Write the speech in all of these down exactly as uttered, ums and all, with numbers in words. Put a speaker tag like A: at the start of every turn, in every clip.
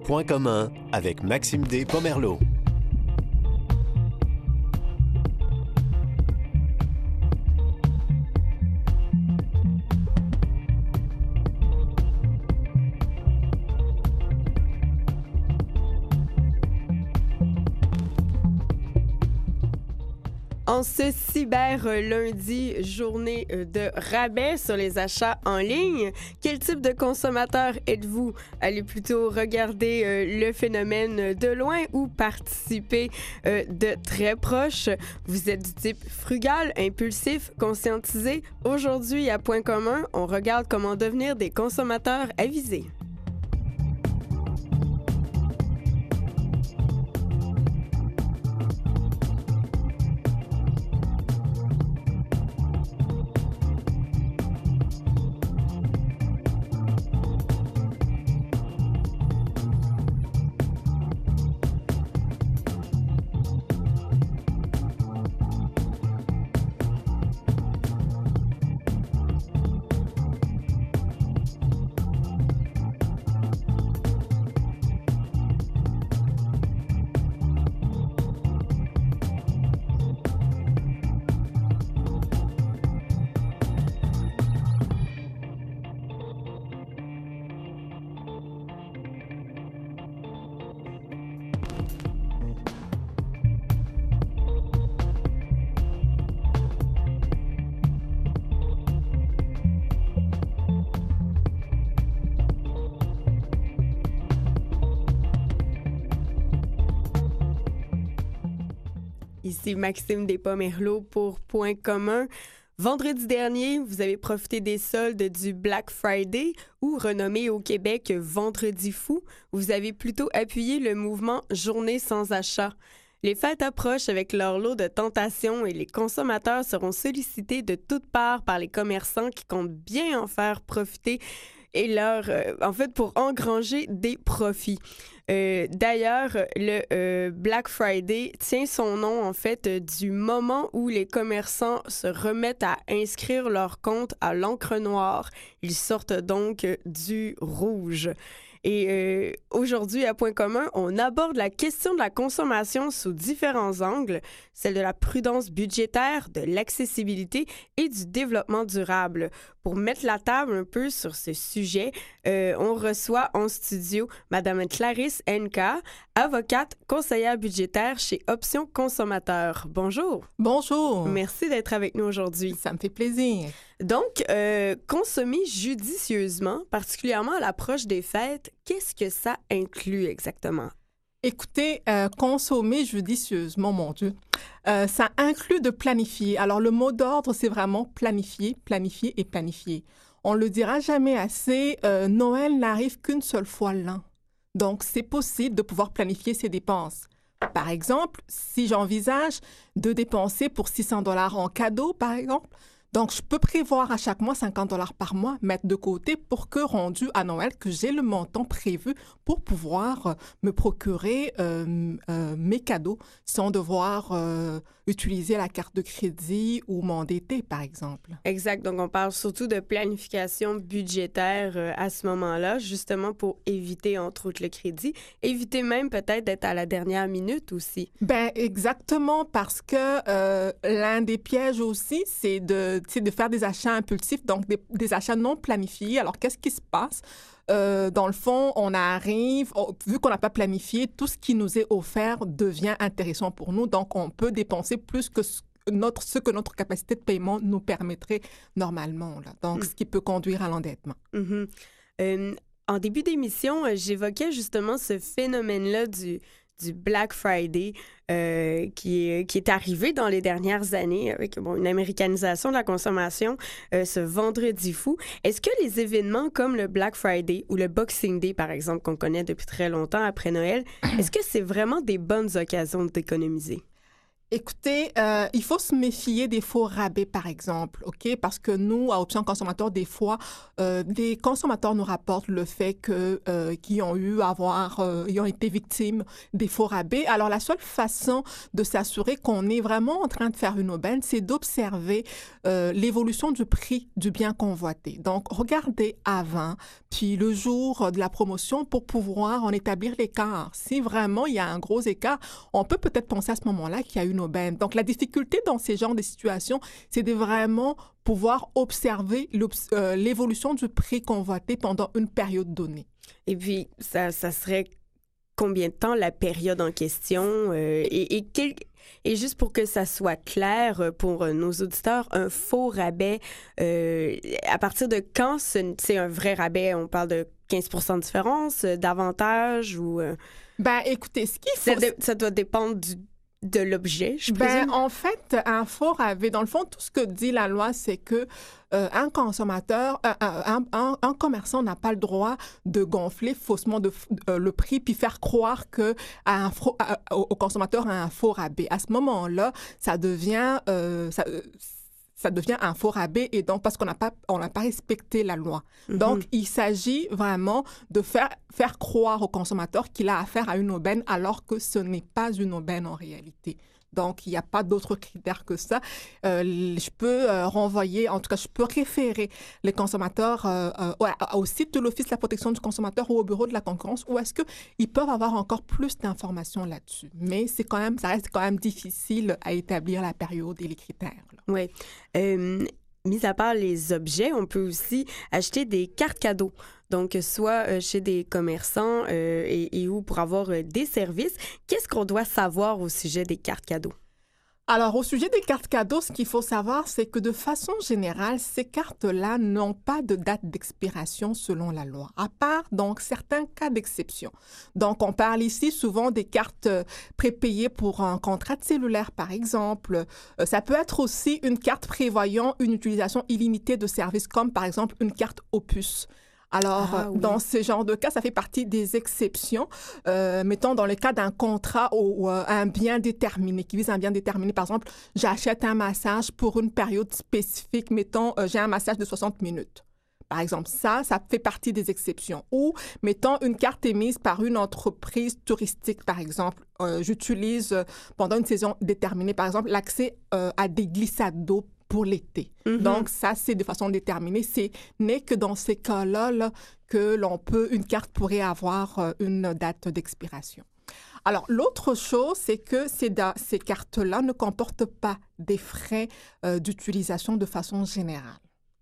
A: Point commun avec Maxime D. Pomerleau.
B: En ce cyber lundi, journée de rabais sur les achats en ligne, quel type de consommateur êtes-vous? Allez plutôt regarder euh, le phénomène de loin ou participer euh, de très proche? Vous êtes du type frugal, impulsif, conscientisé? Aujourd'hui, à Point commun, on regarde comment devenir des consommateurs avisés. Ici Maxime des Pomerleau pour Point commun. Vendredi dernier, vous avez profité des soldes du Black Friday ou renommé au Québec Vendredi fou. Vous avez plutôt appuyé le mouvement Journée sans achat. Les fêtes approchent avec leur lot de tentations et les consommateurs seront sollicités de toutes parts par les commerçants qui comptent bien en faire profiter et leur, euh, en fait, pour engranger des profits. Euh, d'ailleurs, le euh, Black Friday tient son nom, en fait, euh, du moment où les commerçants se remettent à inscrire leur compte à l'encre noire. Ils sortent donc euh, du rouge. Et euh, aujourd'hui, à Point commun, on aborde la question de la consommation sous différents angles, celle de la prudence budgétaire, de l'accessibilité et du développement durable. Pour mettre la table un peu sur ce sujet, euh, on reçoit en studio Madame Clarisse Henka, avocate, conseillère budgétaire chez Options Consommateurs. Bonjour.
C: Bonjour.
B: Merci d'être avec nous aujourd'hui.
C: Ça me fait plaisir.
B: Donc, euh, consommer judicieusement, particulièrement à l'approche des fêtes, qu'est-ce que ça inclut exactement?
C: Écoutez, euh, consommer judicieusement, mon Dieu, euh, ça inclut de planifier. Alors, le mot d'ordre, c'est vraiment planifier, planifier et planifier. On le dira jamais assez, euh, Noël n'arrive qu'une seule fois l'an. Donc, c'est possible de pouvoir planifier ses dépenses. Par exemple, si j'envisage de dépenser pour six cents dollars en cadeaux, par exemple, donc, je peux prévoir à chaque mois cinquante dollars par mois, mettre de côté pour que, rendu à Noël, que j'ai le montant prévu pour pouvoir euh, me procurer euh, euh, mes cadeaux sans devoir euh, utiliser la carte de crédit ou m'endetter, par exemple.
B: Exact. Donc, on parle surtout de planification budgétaire euh, à ce moment-là, justement pour éviter, entre autres, le crédit. Éviter même peut-être d'être à la dernière minute aussi.
C: Ben exactement, parce que euh, l'un des pièges aussi, c'est de c'est de faire des achats impulsifs, donc des, des achats non planifiés. Alors, qu'est-ce qui se passe? Euh, dans le fond, on arrive, oh, vu qu'on n'a pas planifié, tout ce qui nous est offert devient intéressant pour nous. Donc, on peut dépenser plus que ce, notre, ce que notre capacité de paiement nous permettrait normalement. Là. Donc, mmh. ce qui peut conduire à l'endettement.
B: Mmh. Euh, en début d'émission, j'évoquais justement ce phénomène-là du... du Black Friday euh, qui, est, qui est arrivé dans les dernières années avec bon, une américanisation de la consommation, euh, ce vendredi fou. Est-ce que les événements comme le Black Friday ou le Boxing Day, par exemple, qu'on connaît depuis très longtemps après Noël, est-ce que c'est vraiment des bonnes occasions d'économiser?
C: Écoutez, euh, il faut se méfier des faux rabais, par exemple, OK? Parce que nous, à Option Consommateur, des fois, euh, des consommateurs nous rapportent le fait que euh, qu'ils ont eu à avoir, euh, ils ont été victimes des faux rabais. Alors, la seule façon de s'assurer qu'on est vraiment en train de faire une aubaine, c'est d'observer euh, l'évolution du prix du bien convoité. Donc, regardez avant, puis le jour de la promotion pour pouvoir en établir l'écart. Si vraiment il y a un gros écart, on peut peut-être penser à ce moment-là qu'il y a une aubaine. Donc, la difficulté dans ces genres de situations, c'est de vraiment pouvoir observer euh, l'évolution du prix convoité pendant une période donnée.
B: Et puis, ça, ça serait combien de temps la période en question? Euh, et, et, quel, et juste pour que ça soit clair pour nos auditeurs, un faux rabais, euh, à partir de quand c'est un vrai rabais? On parle de quinze pour cent de différence, davantage ou... Euh...
C: Ben, écoutez, ce qu'il faut...
B: Ça, de, ça doit dépendre du de l'objet, je présume?
C: Ben, en fait, un faux rabais, dans le fond, tout ce que dit la loi, c'est que euh, un consommateur, un, un, un, un commerçant n'a pas le droit de gonfler faussement de, euh, le prix puis faire croire que à un faux, à, au consommateur a un faux rabais. À ce moment-là, ça devient... Euh, ça, ça devient un faux rabais et donc parce qu'on n'a pas on n'a pas respecté la loi. Mm-hmm. Donc il s'agit vraiment de faire faire croire au consommateur qu'il a affaire à une aubaine alors que ce n'est pas une aubaine en réalité. Donc, il n'y a pas d'autres critères que ça. Euh, je peux euh, renvoyer, en tout cas, je peux référer les consommateurs euh, euh, au site de l'Office de la protection du consommateur ou au bureau de la concurrence où est-ce qu'ils peuvent avoir encore plus d'informations là-dessus. Mais c'est quand même, ça reste quand même difficile à établir la période et les critères.
B: Oui. Euh, mis à part les objets, on peut aussi acheter des cartes cadeaux. Donc, soit chez des commerçants euh, et, et ou pour avoir euh, des services. Qu'est-ce qu'on doit savoir au sujet des cartes cadeaux?
C: Alors, au sujet des cartes cadeaux, ce qu'il faut savoir, c'est que de façon générale, ces cartes-là n'ont pas de date d'expiration selon la loi, à part donc certains cas d'exception. Donc, on parle ici souvent des cartes prépayées pour un contrat de cellulaire, par exemple. Euh, ça peut être aussi une carte prévoyant une utilisation illimitée de services, comme par exemple une carte Opus. Alors, ah, oui. Dans ce genre de cas, ça fait partie des exceptions. Euh, mettons, dans le cas d'un contrat ou, ou euh, un bien déterminé, qui vise un bien déterminé. Par exemple, j'achète un massage pour une période spécifique. Mettons, euh, j'ai un massage de soixante minutes. Par exemple, ça, ça fait partie des exceptions. Ou, mettons, une carte émise par une entreprise touristique, par exemple. Euh, j'utilise euh, pendant une saison déterminée, par exemple, l'accès euh, à des glissades d'eau pour l'été. Mm-hmm. Donc, ça, c'est de façon déterminée. C'est n'est que dans ces cas-là là, que l'on peut, une carte pourrait avoir euh, une date d'expiration. Alors, l'autre chose, c'est que ces, da- ces cartes-là ne comportent pas des frais euh, d'utilisation de façon générale.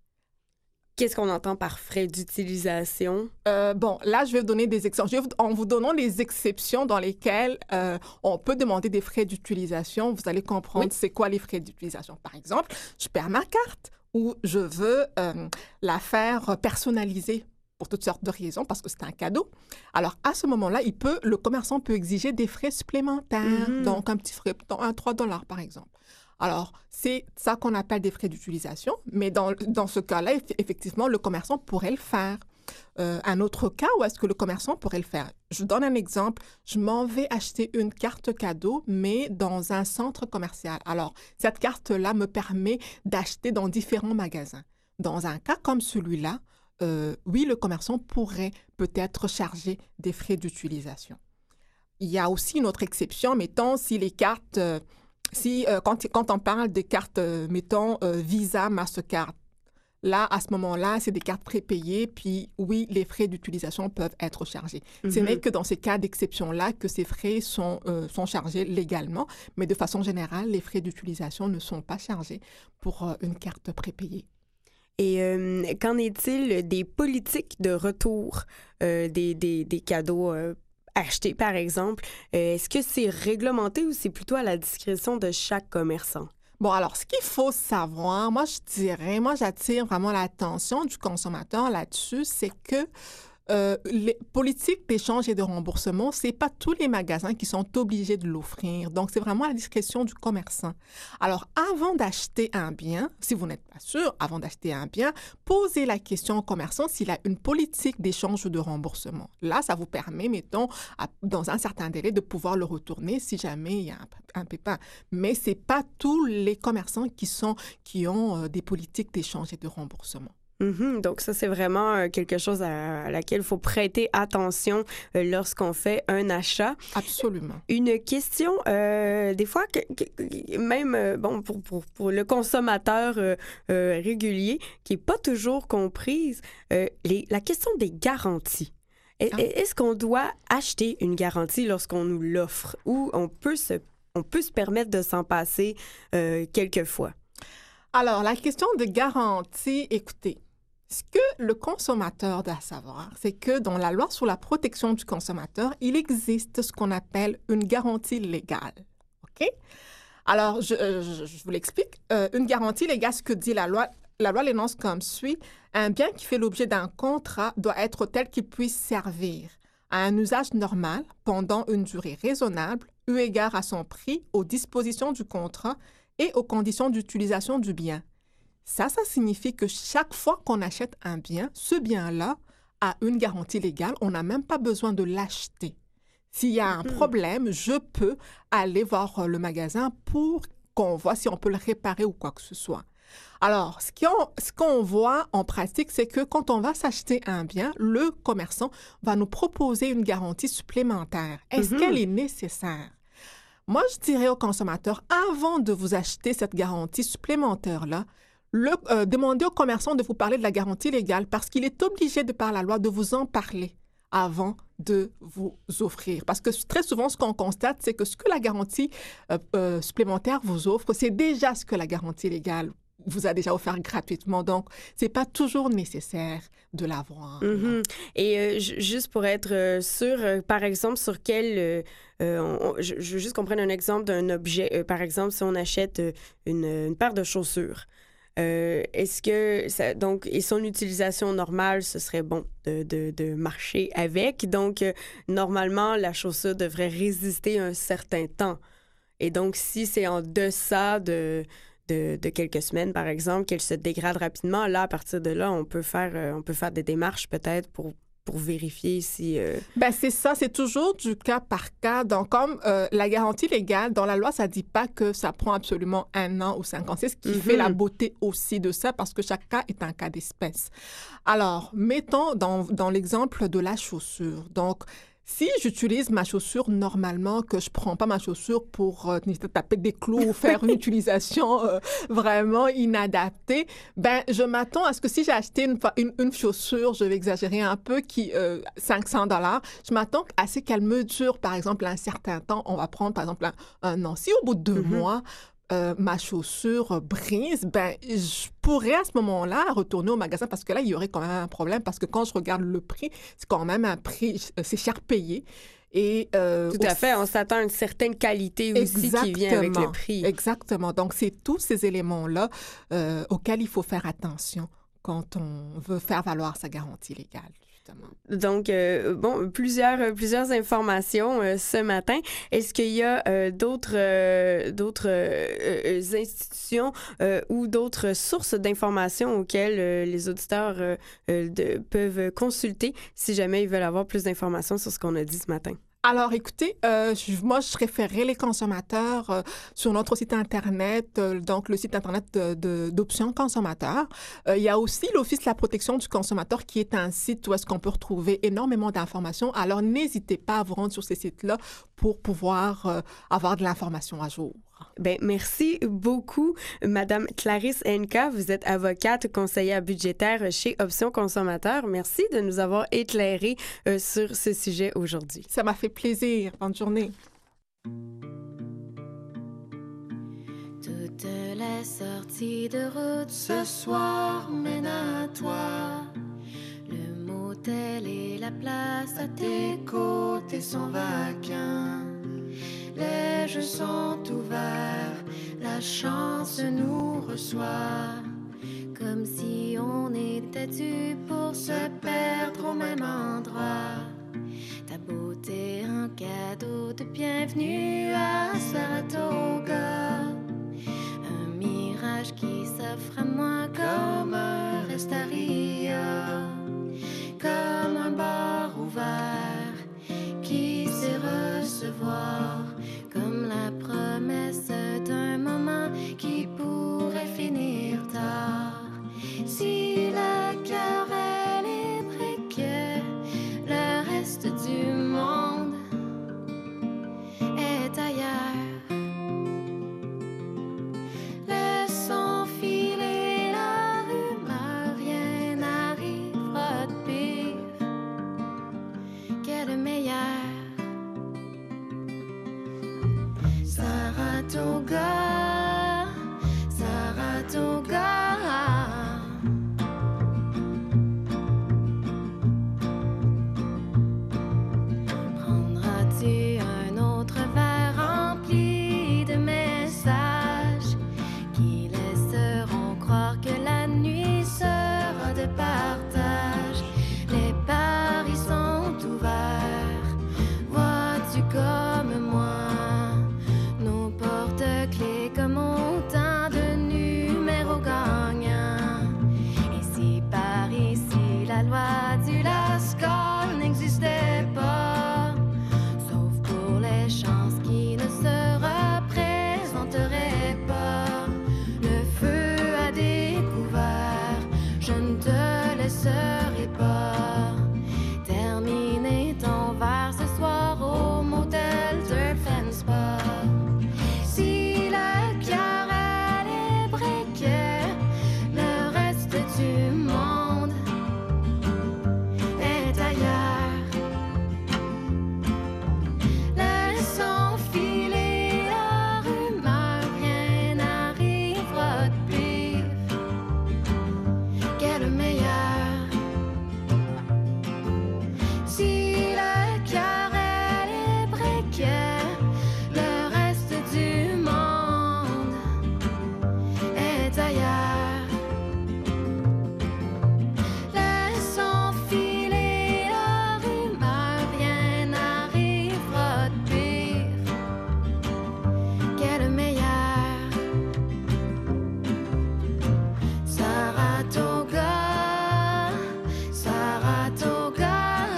B: Qu'est-ce qu'on entend par frais d'utilisation?
C: Euh, bon, là, je vais vous donner des exemples. En vous donnant les exceptions dans lesquelles euh, on peut demander des frais d'utilisation, vous allez comprendre oui. c'est quoi les frais d'utilisation. Par exemple, je perds ma carte ou je veux euh, la faire personnaliser pour toutes sortes de raisons, parce que c'est un cadeau. Alors, à ce moment-là, il peut, le commerçant peut exiger des frais supplémentaires, mm-hmm. donc un petit frais, un trois dollars par exemple. Alors, c'est ça qu'on appelle des frais d'utilisation, mais dans, dans ce cas-là, effectivement, le commerçant pourrait le faire. Euh, un autre cas où est-ce que le commerçant pourrait le faire? Je donne un exemple. Je m'en vais acheter une carte cadeau, mais dans un centre commercial. Alors, cette carte-là me permet d'acheter dans différents magasins. Dans un cas comme celui-là, euh, oui, le commerçant pourrait peut-être charger des frais d'utilisation. Il y a aussi une autre exception, mettons, si les cartes... Euh, Si, euh, quand, quand on parle des cartes, euh, mettons, euh, Visa, Mastercard, là, à ce moment-là, c'est des cartes prépayées, puis oui, les frais d'utilisation peuvent être chargés. Mm-hmm. Ce n'est que dans ces cas d'exception-là que ces frais sont, euh, sont chargés légalement, mais de façon générale, les frais d'utilisation ne sont pas chargés pour euh, une carte prépayée.
B: Et euh, qu'en est-il des politiques de retour euh, des, des, des cadeaux euh, acheter, par exemple, euh, est-ce que c'est réglementé ou c'est plutôt à la discrétion de chaque commerçant?
C: Bon, alors, ce qu'il faut savoir, moi, je dirais, moi, j'attire vraiment l'attention du consommateur là-dessus, c'est que euh, les politiques d'échange et de remboursement, c'est pas tous les magasins qui sont obligés de l'offrir. Donc, c'est vraiment à la discrétion du commerçant. Alors, avant d'acheter un bien, si vous n'êtes pas sûr, avant d'acheter un bien, posez la question au commerçant s'il a une politique d'échange ou de remboursement. Là, ça vous permet, mettons, à, dans un certain délai, de pouvoir le retourner si jamais il y a un, un pépin. Mais c'est pas tous les commerçants qui sont, qui ont euh, des politiques d'échange et de remboursement.
B: Mm-hmm. Donc ça, c'est vraiment euh, quelque chose à, à laquelle il faut prêter attention euh, lorsqu'on fait un achat.
C: Absolument.
B: Une question, euh, des fois, que, que, même euh, bon, pour, pour, pour le consommateur euh, euh, régulier, qui n'est pas toujours comprise, euh, les, la question des garanties. Est, ah. Est-ce qu'on doit acheter une garantie lorsqu'on nous l'offre ou on peut se, on peut se permettre de s'en passer euh, quelquefois?
C: Alors, la question de garantie, écoutez, ce que le consommateur doit savoir, c'est que dans la loi sur la protection du consommateur, il existe ce qu'on appelle une garantie légale. OK? Alors, je, je, je vous l'explique. Euh, une garantie légale, ce que dit la loi, la loi l'énonce comme suit. Un bien qui fait l'objet d'un contrat doit être tel qu'il puisse servir à un usage normal pendant une durée raisonnable, eu égard à son prix, aux dispositions du contrat et aux conditions d'utilisation du bien. Ça, ça signifie que chaque fois qu'on achète un bien, ce bien-là a une garantie légale. On n'a même pas besoin de l'acheter. S'il y a un problème, je peux aller voir le magasin pour qu'on voit si on peut le réparer ou quoi que ce soit. Alors, ce qu'on, ce qu'on voit en pratique, c'est que quand on va s'acheter un bien, le commerçant va nous proposer une garantie supplémentaire. Est-ce mm-hmm. qu'elle est nécessaire? Moi, je dirais aux consommateurs, avant de vous acheter cette garantie supplémentaire-là, le, euh, demandez au commerçant de vous parler de la garantie légale parce qu'il est obligé, de par la loi, de vous en parler avant de vous offrir. Parce que très souvent, ce qu'on constate, c'est que ce que la garantie euh, euh, supplémentaire vous offre, c'est déjà ce que la garantie légale vous a déjà offert gratuitement. Donc, ce n'est pas toujours nécessaire de l'avoir.
B: Mm-hmm. Et euh, j- juste pour être euh, sûr, euh, par exemple, sur quel... Euh, euh, on, je, je veux juste qu'on prenne un exemple d'un objet. Euh, par exemple, si on achète euh, une, une paire de chaussures, euh, est-ce que... Ça, donc, et son utilisation normale, ce serait bon de, de, de marcher avec. Donc, euh, normalement, la chaussure devrait résister un certain temps. Et donc, si c'est en deçà de... De, de quelques semaines, par exemple, qu'elle se dégrade rapidement, là, à partir de là, on peut faire, euh, on peut faire des démarches peut-être pour, pour vérifier si... Euh...
C: Bien, c'est ça, c'est toujours du cas par cas. Donc, comme euh, la garantie légale, dans la loi, ça ne dit pas que ça prend absolument un an ou cinq ans. C'est ce qui mm-hmm. fait la beauté aussi de ça, parce que chaque cas est un cas d'espèce. Alors, mettons dans, dans l'exemple de la chaussure. Donc, si j'utilise ma chaussure normalement, que je ne prends pas ma chaussure pour euh, taper des clous ou faire une utilisation euh, vraiment inadaptée, ben, je m'attends à ce que si j'ai acheté une, une, une chaussure, je vais exagérer un peu, qui euh, cinq cents dollars, je m'attends à ce qu'elle me dure, par exemple, un certain temps. On va prendre, par exemple, un, un an. Si au bout de deux mm-hmm. mois, Euh, ma chaussure brise, ben, je pourrais à ce moment-là retourner au magasin parce que là, il y aurait quand même un problème parce que quand je regarde le prix, c'est quand même un prix, c'est cher payé. Et, euh,
B: Tout à aussi... fait, on s'attend à une certaine qualité aussi qui vient avec le prix.
C: Exactement. Donc, c'est tous ces éléments-là euh, auxquels il faut faire attention quand on veut faire valoir sa garantie légale.
B: Donc, euh, bon, plusieurs, plusieurs informations euh, ce matin. Est-ce qu'il y a euh, d'autres, euh, d'autres euh, institutions euh, ou d'autres sources d'informations auxquelles euh, les auditeurs euh, euh, de, peuvent consulter si jamais ils veulent avoir plus d'informations sur ce qu'on a dit ce matin?
C: Alors, écoutez, euh, je, moi, je référerais les consommateurs euh, sur notre site Internet, euh, donc le site Internet de, de, d'Options consommateurs. Euh, il y a aussi l'Office de la protection du consommateur qui est un site où est-ce qu'on peut retrouver énormément d'informations. Alors, n'hésitez pas à vous rendre sur ces sites-là pour pouvoir euh, avoir de l'information à jour.
B: Bien, merci beaucoup, Madame Clarisse Henka. Vous êtes avocate, conseillère budgétaire chez Options consommateurs. Merci de nous avoir éclairé euh, sur ce sujet aujourd'hui.
C: Ça m'a fait plaisir. Bonne journée.
D: Toutes les sorties de route ce soir mènent à toi. Le motel et la place à tes côtés sont vacants. Les jeux sont ouverts, la chance nous reçoit. comme si on était dû pour se perdre au même endroit. Ta beauté, un cadeau de bienvenue à Saratoga. Un mirage qui s'offre à moi comme un restaria, comme un bar ouvert qui sait recevoir, comme la promesse d'un moment qui pourrait finir tard. Si le cœur est libre et que le reste du monde est ailleurs, laissons filer la rumeur, rien n'arrivera de pire que le meilleur. Saratoga, Saratoga. Prendras-tu un autre verre rempli de messages qui laisseront croire que la nuit sera de partage? Les paris sont ouverts, vois-tu comme moi, nos porte-clés comme autant de numéros gagnants. Et si par ici la loi du last call n'existait pas, sauf pour les chances qui ne se représenteraient pas, le feu a découvert, je ne te laisserai pas terminer ton verre ce soir au motel Turf and Spa. Si le cœur est libre et que le reste du monde est ailleurs, laissons filer la rumeur, rien n'arrivera de pire que le meilleur. Si le cœur est libre et que le reste du monde est ailleurs, laissons filer la rumeur, rien n'arrivera de pire que le meilleur. Saratoga, Saratoga.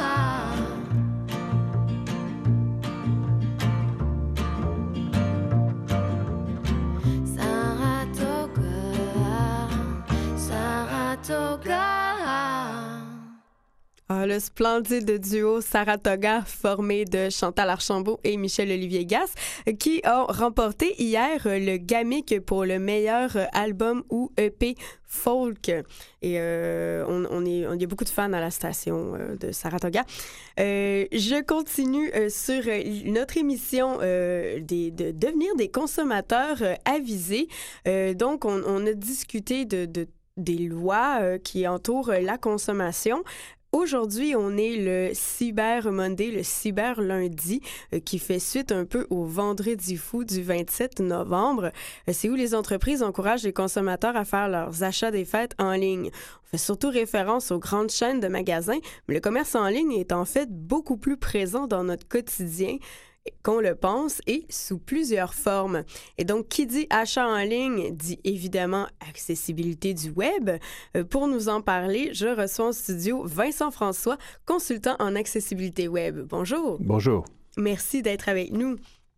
D: Saratoga, Saratoga.
B: Ah, le splendide duo Saratoga, formé de Chantal Archambault et Michel-Olivier Gasse, qui ont remporté hier le Gamic pour le meilleur album ou E P folk. Et euh, on, on est, on, il y a beaucoup de fans à la station euh, de Saratoga. Euh, je continue euh, sur notre émission euh, des, de devenir des consommateurs euh, avisés. Euh, donc, on, on a discuté de, de des lois euh, qui entourent la consommation. Aujourd'hui, on est le Cyber Monday, le Cyber Lundi, euh, qui fait suite un peu au Vendredi fou du vingt-sept novembre. Euh, c'est où les entreprises encouragent les consommateurs à faire leurs achats des fêtes en ligne. On fait surtout référence aux grandes chaînes de magasins, mais le commerce en ligne est en fait beaucoup plus présent dans notre quotidien qu'on le pense et sous plusieurs formes. Et donc, qui dit achat en ligne dit évidemment accessibilité du web. Euh, pour nous en parler, je reçois en studio Vincent François, consultant en accessibilité web. Bonjour.
E: Bonjour.
B: Merci d'être avec nous.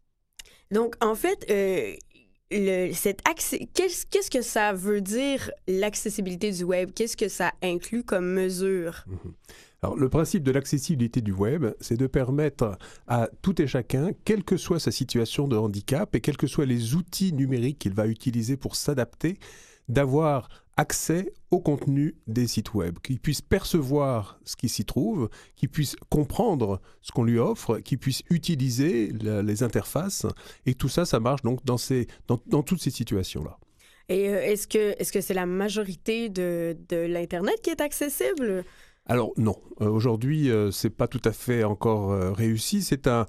B: Donc, en fait, euh, le, cette accès, qu'est-ce, qu'est-ce que ça veut dire l'accessibilité du web? Qu'est-ce que ça inclut comme mesure?
E: Mm-hmm. Alors, le principe de l'accessibilité du web, c'est de permettre à tout et chacun, quelle que soit sa situation de handicap et quels que soient les outils numériques qu'il va utiliser pour s'adapter, d'avoir accès au contenu des sites web, qu'il puisse percevoir ce qui s'y trouve, qu'il puisse comprendre ce qu'on lui offre, qu'il puisse utiliser la, les interfaces. Et tout ça, ça marche donc dans, ces, dans, dans toutes ces situations-là.
B: Et euh, est-ce que, est-ce que c'est la majorité de, de l'Internet qui est accessible?
E: Alors non, euh, aujourd'hui, euh, c'est pas tout à fait encore euh, réussi. C'est un,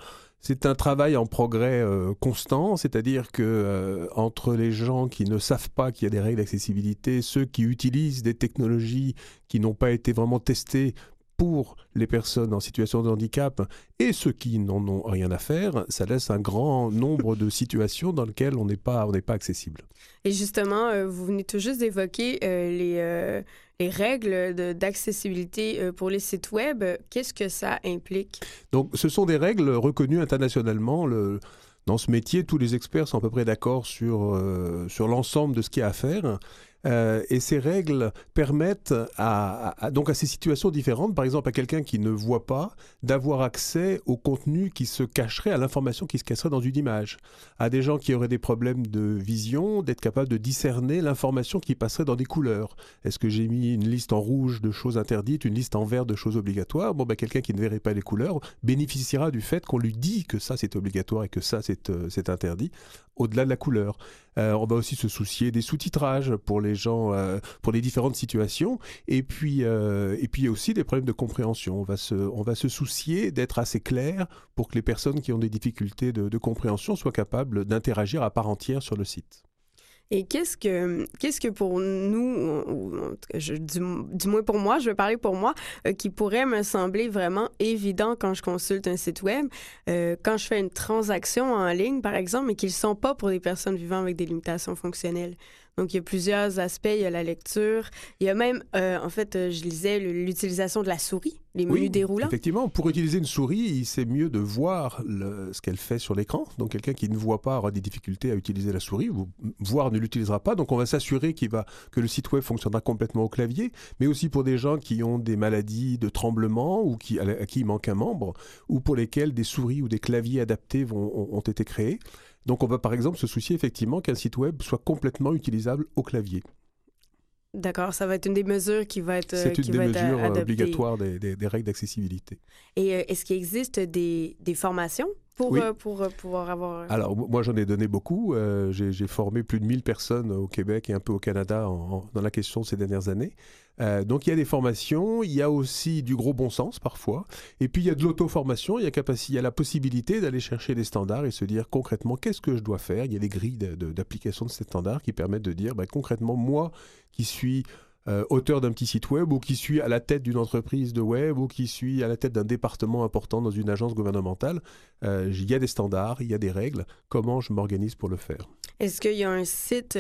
E: C'est un travail en progrès euh, constant, c'est-à-dire que euh, entre les gens qui ne savent pas qu'il y a des règles d'accessibilité, ceux qui utilisent des technologies qui n'ont pas été vraiment testées pour les personnes en situation de handicap et ceux qui n'en ont rien à faire, ça laisse un grand nombre de situations dans lesquelles on n'est pas, on n'est pas accessible.
B: Et justement, euh, vous venez tout juste d'évoquer euh, les, euh, les règles de, d'accessibilité euh, pour les sites web. Qu'est-ce que ça implique? Donc,
E: ce sont des règles reconnues internationalement. Le, dans ce métier, tous les experts sont à peu près d'accord sur, euh, sur l'ensemble de ce qu'il y a à faire. Euh, et ces règles permettent à, à, à, donc à ces situations différentes, par exemple à quelqu'un qui ne voit pas, d'avoir accès au contenu qui se cacherait, à l'information qui se cacherait dans une image. À des gens qui auraient des problèmes de vision, d'être capable de discerner l'information qui passerait dans des couleurs. Est-ce que j'ai mis une liste en rouge de choses interdites, une liste en vert de choses obligatoires? Bon, ben, quelqu'un qui ne verrait pas les couleurs bénéficiera du fait qu'on lui dit que ça c'est obligatoire et que ça c'est, euh, c'est interdit, au-delà de la couleur. Euh, on va aussi se soucier des sous-titrages pour les gens, euh, pour les différentes situations. Et puis, euh, et puis, il y a aussi des problèmes de compréhension. On va se, on va se soucier d'être assez clair pour que les personnes qui ont des difficultés de, de compréhension soient capables d'interagir à part entière sur le site.
B: Et qu'est-ce que, qu'est-ce que pour nous, ou, je, du, du moins pour moi, je vais parler pour moi, euh, qui pourrait me sembler vraiment évident quand je consulte un site web, euh, quand je fais une transaction en ligne, par exemple, mais qui ne sont pas pour des personnes vivant avec des limitations fonctionnelles. Donc, il y a plusieurs aspects. Il y a la lecture. Il y a même, euh, en fait, euh, je lisais l'utilisation de la souris, les menus
E: oui,
B: déroulants.
E: Effectivement, pour utiliser une souris, c'est mieux de voir le, ce qu'elle fait sur l'écran. Donc, quelqu'un qui ne voit pas aura des difficultés à utiliser la souris, ou voir ne l'utilisera pas. Donc, on va s'assurer qu'il va, que le site web fonctionnera complètement au clavier, mais aussi pour des gens qui ont des maladies de tremblement ou qui, à qui il manque un membre, ou pour lesquels des souris ou des claviers adaptés vont, ont, ont été créés. Donc, on va par exemple se soucier effectivement qu'un site web soit complètement utilisable au clavier.
B: D'accord, ça va être une des mesures qui va être
E: C'est
B: qui
E: une
B: va
E: des
B: être
E: mesures
B: adoptée.
E: obligatoires des, des, des règles d'accessibilité.
B: Et euh, est-ce qu'il existe des, des formations pour,
E: oui.
B: euh, pour euh, pouvoir avoir...
E: Alors, moi, j'en ai donné beaucoup. Euh, j'ai, j'ai formé plus de mille personnes au Québec et un peu au Canada en, en, dans la question ces dernières années. Euh, donc, il y a des formations, il y a aussi du gros bon sens parfois, et puis il y a de l'auto-formation, il y a, capaci- il y a la possibilité d'aller chercher des standards et se dire concrètement qu'est-ce que je dois faire. Il y a des grilles de, de, d'application de ces standards qui permettent de dire ben, concrètement, moi qui suis euh, auteur d'un petit site web ou qui suis à la tête d'une entreprise de web ou qui suis à la tête d'un département important dans une agence gouvernementale, euh, il y a des standards, il y a des règles. Comment je m'organise pour le faire?
B: Est-ce qu'il y a un site,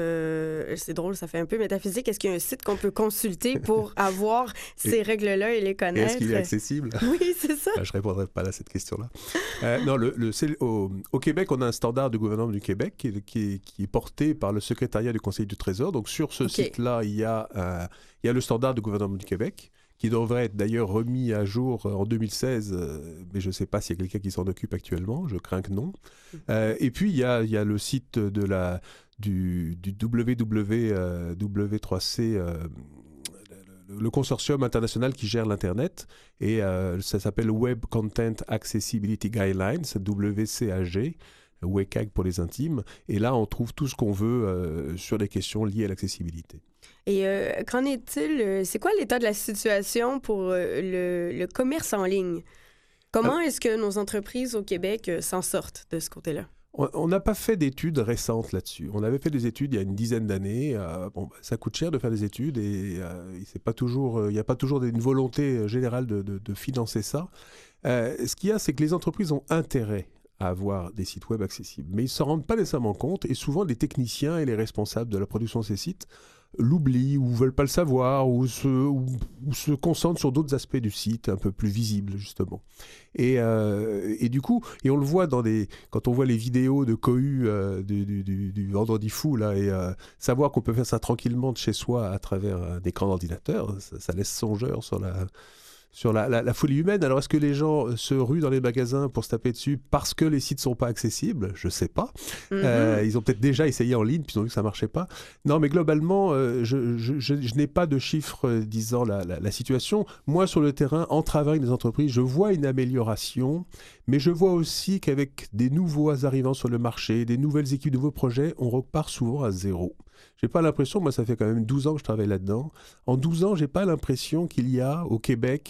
B: euh, c'est drôle, ça fait un peu métaphysique, est-ce qu'il y a un site qu'on peut consulter pour avoir ces et, règles-là et les connaître?
E: Est-ce qu'il est accessible?
B: Oui, c'est ça.
E: Je ne répondrai pas à cette question-là. Euh, non, le, le, c'est, au, au Québec, on a un standard du gouvernement du Québec qui, qui, qui est porté par le secrétariat du Conseil du Trésor. Donc, sur ce okay. site-là, il y a, euh, il y a le standard du gouvernement du Québec, qui devrait être d'ailleurs remis à jour en deux mille seize, euh, mais je ne sais pas s'il y a quelqu'un qui s'en occupe actuellement, je crains que non. Euh, et puis, il y a, il y a le site de la, du, du W W trois C, euh, le, le consortium international qui gère l'Internet, et euh, ça s'appelle Web Content Accessibility Guidelines, W C A G, W C A G pour les intimes, et là, on trouve tout ce qu'on veut euh, sur les questions liées à l'accessibilité.
B: Et euh, qu'en est-il? C'est quoi l'état de la situation pour euh, le, le commerce en ligne? Comment est-ce que nos entreprises au Québec euh, s'en sortent de ce côté-là?
E: On n'a pas fait d'études récentes là-dessus. On avait fait des études il y a une dizaine d'années. Euh, bon, ça coûte cher de faire des études et euh, c'est pas toujours, il n'y a pas toujours une volonté générale de, de, de financer ça. Euh, ce qu'il y a, c'est que les entreprises ont intérêt à avoir des sites web accessibles. Mais ils ne s'en rendent pas nécessairement compte et souvent les techniciens et les responsables de la production de ces sites l'oublient ou ne veulent pas le savoir ou se, ou, ou se concentrent sur d'autres aspects du site un peu plus visibles justement. Et, euh, et du coup, et on le voit dans des, quand on voit les vidéos de cohue euh, du, du, du, du Vendredi fou, là, et euh, savoir qu'on peut faire ça tranquillement de chez soi à travers un écran d'ordinateur, ça, ça laisse songeur sur la... sur la, la, la folie humaine. Alors, est-ce que les gens se ruent dans les magasins pour se taper dessus parce que les sites ne sont pas accessibles? Je ne sais pas. Mm-hmm. Euh, ils ont peut-être déjà essayé en ligne, puis ils ont vu que ça ne marchait pas. Non, mais globalement, euh, je, je, je, je n'ai pas de chiffres euh, disant la, la, la situation. Moi, sur le terrain, en travaillant avec des entreprises, je vois une amélioration, mais je vois aussi qu'avec des nouveaux arrivants sur le marché, des nouvelles équipes, de nouveaux projets, on repart souvent à zéro. J'ai pas l'impression, moi ça fait quand même douze ans que je travaille là-dedans, en douze ans, j'ai pas l'impression qu'il y a au Québec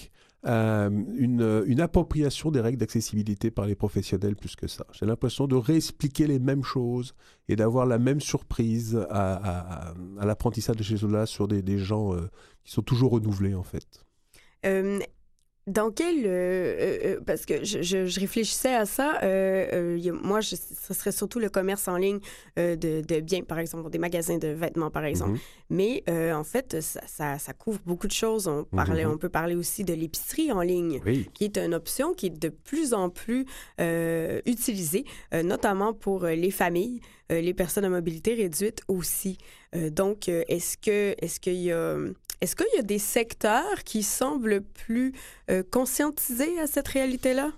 E: euh, une, une appropriation des règles d'accessibilité par les professionnels plus que ça. J'ai l'impression de réexpliquer les mêmes choses et d'avoir la même surprise à, à, à l'apprentissage de chez eux-là sur des, des gens euh, qui sont toujours renouvelés, en fait.
B: Euh, Dans quel... Euh, euh, parce que je, je, je réfléchissais à ça. Euh, euh, y a, moi, je, ce serait surtout le commerce en ligne euh, de, de biens, par exemple, des magasins de vêtements, par exemple. Mm-hmm. Mais euh, en fait, ça, ça, ça couvre beaucoup de choses. On, parlait, mm-hmm. on peut parler aussi de l'épicerie en ligne, oui. qui est une option qui est de plus en plus euh, utilisée, euh, notamment pour les familles, euh, les personnes à mobilité réduite aussi. Euh, donc, euh, est-ce que, est-ce qu'il y a... Est-ce qu'il y a des secteurs qui semblent plus euh, conscientisés à cette réalité-là?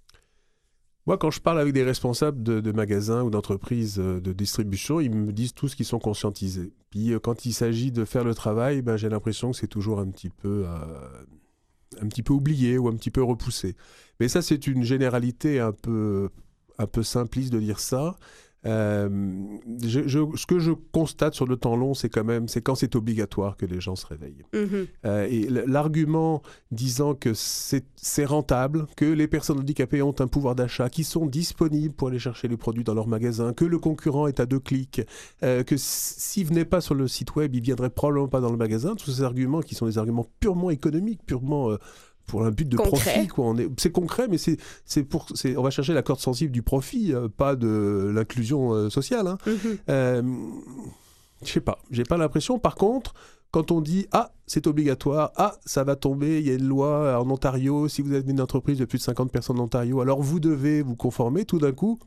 E: Moi, quand je parle avec des responsables de, de magasins ou d'entreprises de distribution, ils me disent tous qu'ils sont conscientisés. Puis euh, quand il s'agit de faire le travail, ben, j'ai l'impression que c'est toujours un petit peu, euh, un petit peu oublié ou un petit peu repoussé. Mais ça, c'est une généralité un peu, un peu simpliste de dire ça. Euh, je, je, ce que je constate sur le temps long, c'est quand même, c'est quand c'est obligatoire que les gens se réveillent. Mm-hmm. Euh, et l'argument disant que c'est, c'est rentable, que les personnes handicapées ont un pouvoir d'achat, qui sont disponibles pour aller chercher les produits dans leur magasin, que le concurrent est à deux clics, euh, que s'il venait pas sur le site web, il viendrait probablement pas dans le magasin. Tous ces arguments qui sont des arguments purement économiques, purement euh, pour un but de concret. Profit, quoi. On est, c'est concret, mais c'est, c'est pour, c'est, on va chercher la corde sensible du profit, euh, pas de l'inclusion euh, sociale. Hein. Mm-hmm. Euh, je sais pas, j'ai pas l'impression. Par contre, quand on dit « Ah, c'est obligatoire, ah, ça va tomber, il y a une loi en Ontario, si vous avez une entreprise de plus de cinquante personnes en Ontario, alors vous devez vous conformer », tout d'un coup,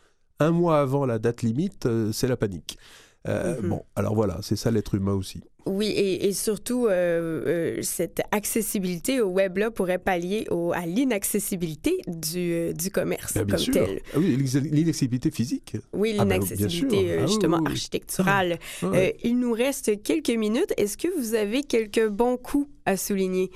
E: un mois avant la date limite, euh, c'est la panique. Euh, mm-hmm. Bon, alors voilà, c'est ça l'être humain aussi.
B: Oui, et, et surtout, euh, euh, cette accessibilité au web-là pourrait pallier au, à l'inaccessibilité du, euh, du commerce
E: ben, bien
B: comme
E: sûr.
B: tel.
E: Ah oui, l'inaccessibilité physique.
B: Oui, l'inaccessibilité ah ben, justement ah oui, oui. architecturale. Ah, ouais. euh, il nous reste quelques minutes. Est-ce que vous avez quelques bons coups à souligner?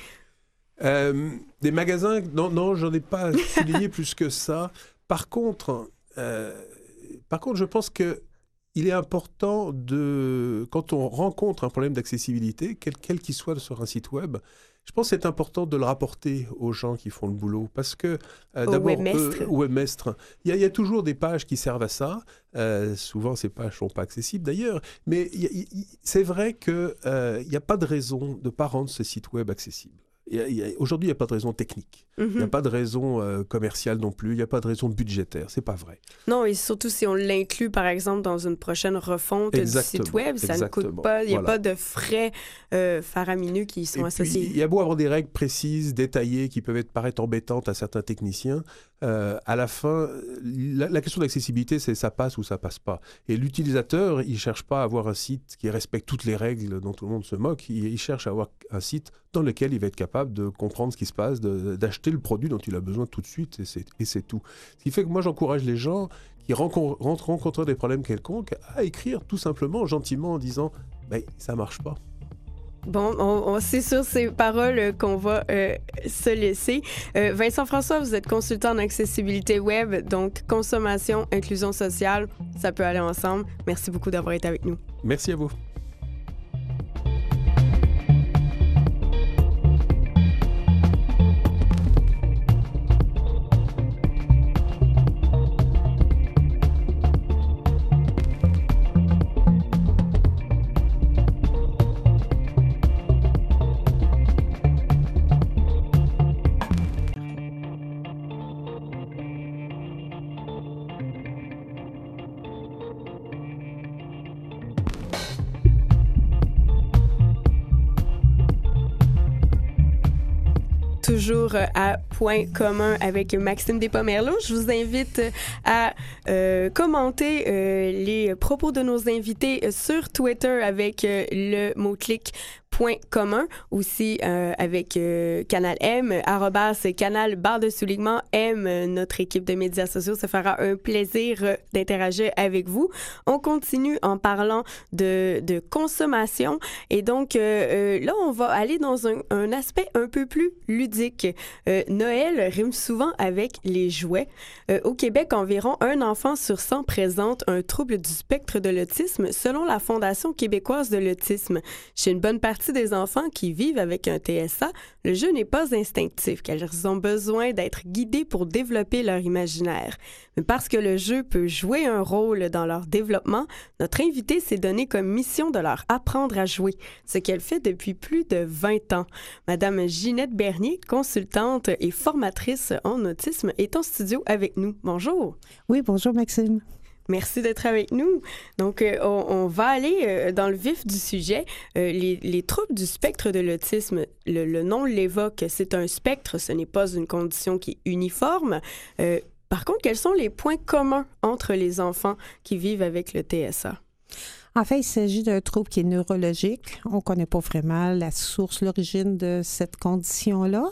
E: Euh, des magasins, non, non, j'en ai pas souligné plus que ça. Par contre, euh, par contre, je pense que il est important de, quand on rencontre un problème d'accessibilité, quel, quel qu'il soit sur un site web, je pense que c'est important de le rapporter aux gens qui font le boulot. Parce que, euh, d'abord,
B: webmestre.
E: Euh, webmestre, il y, y a toujours des pages qui servent à ça. Euh, souvent, ces pages ne sont pas accessibles d'ailleurs. Mais y, y, c'est vrai qu'il euh, n'y a pas de raison de ne pas rendre ce site web accessible. Il y a, il y a, aujourd'hui, il n'y a pas de raison technique. Mm-hmm. Il n'y a pas de raison euh, commerciale non plus. Il n'y a pas de raison budgétaire. C'est pas vrai.
B: Non, et surtout si on l'inclut, par exemple, dans une prochaine refonte exactement, du site web, ça exactement. ne coûte pas. Il n'y a voilà. pas de frais euh, faramineux qui sont et associés.
E: Il y a beau avoir des règles précises, détaillées, qui peuvent être, paraître embêtantes à certains techniciens. Euh, à la fin, la, la question d'accessibilité, c'est ça passe ou ça passe pas. Et l'utilisateur, il ne cherche pas à avoir un site qui respecte toutes les règles dont tout le monde se moque. Il, il cherche à avoir un site dans lequel il va être capable de comprendre ce qui se passe, de, d'acheter le produit dont il a besoin tout de suite, et c'est, et c'est tout. Ce qui fait que moi, j'encourage les gens qui rencontrent, rencontrent des problèmes quelconques à écrire tout simplement, gentiment, en disant ben, « ça ne marche pas ».
B: Bon, on, on, c'est sur ces paroles qu'on va euh, se laisser. Euh, Vincent François, vous êtes consultant en accessibilité web, donc consommation, inclusion sociale, ça peut aller ensemble. Merci beaucoup d'avoir été avec nous.
E: Merci à vous.
B: Toujours à Point commun avec Maxime Despomerleau. Je vous invite à euh, commenter euh, les propos de nos invités sur Twitter avec euh, le mot-clic Point commun, aussi euh, avec euh, Canal M, arrobas Canal barre de soulignement M, notre équipe de médias sociaux. Ça fera un plaisir euh, d'interagir avec vous. On continue en parlant de, de consommation et donc euh, euh, là, on va aller dans un, un aspect un peu plus ludique. Euh, Noël rime souvent avec les jouets. Euh, au Québec, environ un enfant sur cent présente un trouble du spectre de l'autisme selon la Fondation québécoise de l'autisme. Chez une bonne partie partie des enfants qui vivent avec un T S A, le jeu n'est pas instinctif, car ils ont besoin d'être guidés pour développer leur imaginaire. Mais parce que le jeu peut jouer un rôle dans leur développement, notre invitée s'est donné comme mission de leur apprendre à jouer, ce qu'elle fait depuis plus de vingt ans. Madame Ginette Bernier, consultante et formatrice en autisme, est en studio avec nous. Bonjour.
F: Oui, bonjour Maxime.
B: Merci d'être avec nous. Donc, euh, on, on va aller euh, dans le vif du sujet. Euh, les, les troubles du spectre de l'autisme, le, le nom l'évoque, c'est un spectre, ce n'est pas une condition qui est uniforme. Euh, par contre, quels sont les points communs entre les enfants qui vivent avec le T S A?
F: En fait, il s'agit d'un trouble qui est neurologique. On ne connaît pas vraiment la source, l'origine de cette condition-là.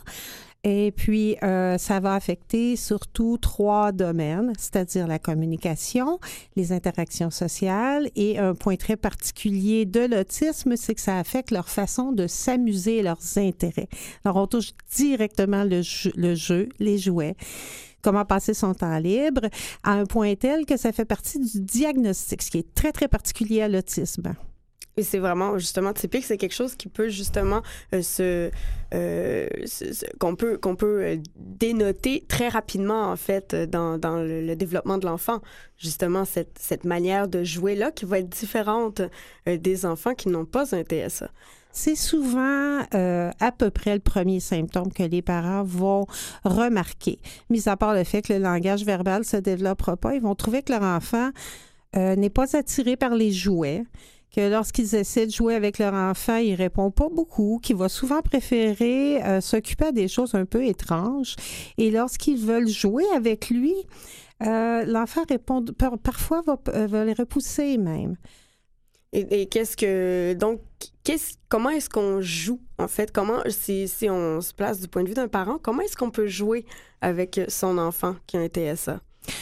F: Et puis, euh, ça va affecter surtout trois domaines, c'est-à-dire la communication, les interactions sociales et un point très particulier de l'autisme, c'est que ça affecte leur façon de s'amuser et leurs intérêts. Alors, on touche directement le jeu, le jeu, les jouets, comment passer son temps libre, à un point tel que ça fait partie du diagnostic, ce qui est très, très particulier à l'autisme.
B: Et c'est vraiment justement typique, c'est quelque chose qui peut justement euh, se, euh, se, se qu'on peut qu'on peut euh, dénoter très rapidement en fait dans, dans le, le développement de l'enfant. Justement cette cette manière de jouer là qui va être différente euh, des enfants qui n'ont pas un T S A.
F: C'est souvent euh, à peu près le premier symptôme que les parents vont remarquer. Mis à part le fait que le langage verbal se développera pas, ils vont trouver que leur enfant euh, n'est pas attiré par les jouets, que lorsqu'ils essaient de jouer avec leur enfant, il répond pas beaucoup, qu'il va souvent préférer euh, s'occuper des choses un peu étranges. Et lorsqu'ils veulent jouer avec lui, euh, l'enfant répond, par, parfois va, va les repousser même.
B: Et, et qu'est-ce que donc qu'est-ce comment est-ce qu'on joue en fait? Comment si si on se place du point de vue d'un parent, comment est-ce qu'on peut jouer avec son enfant qui a un T S A?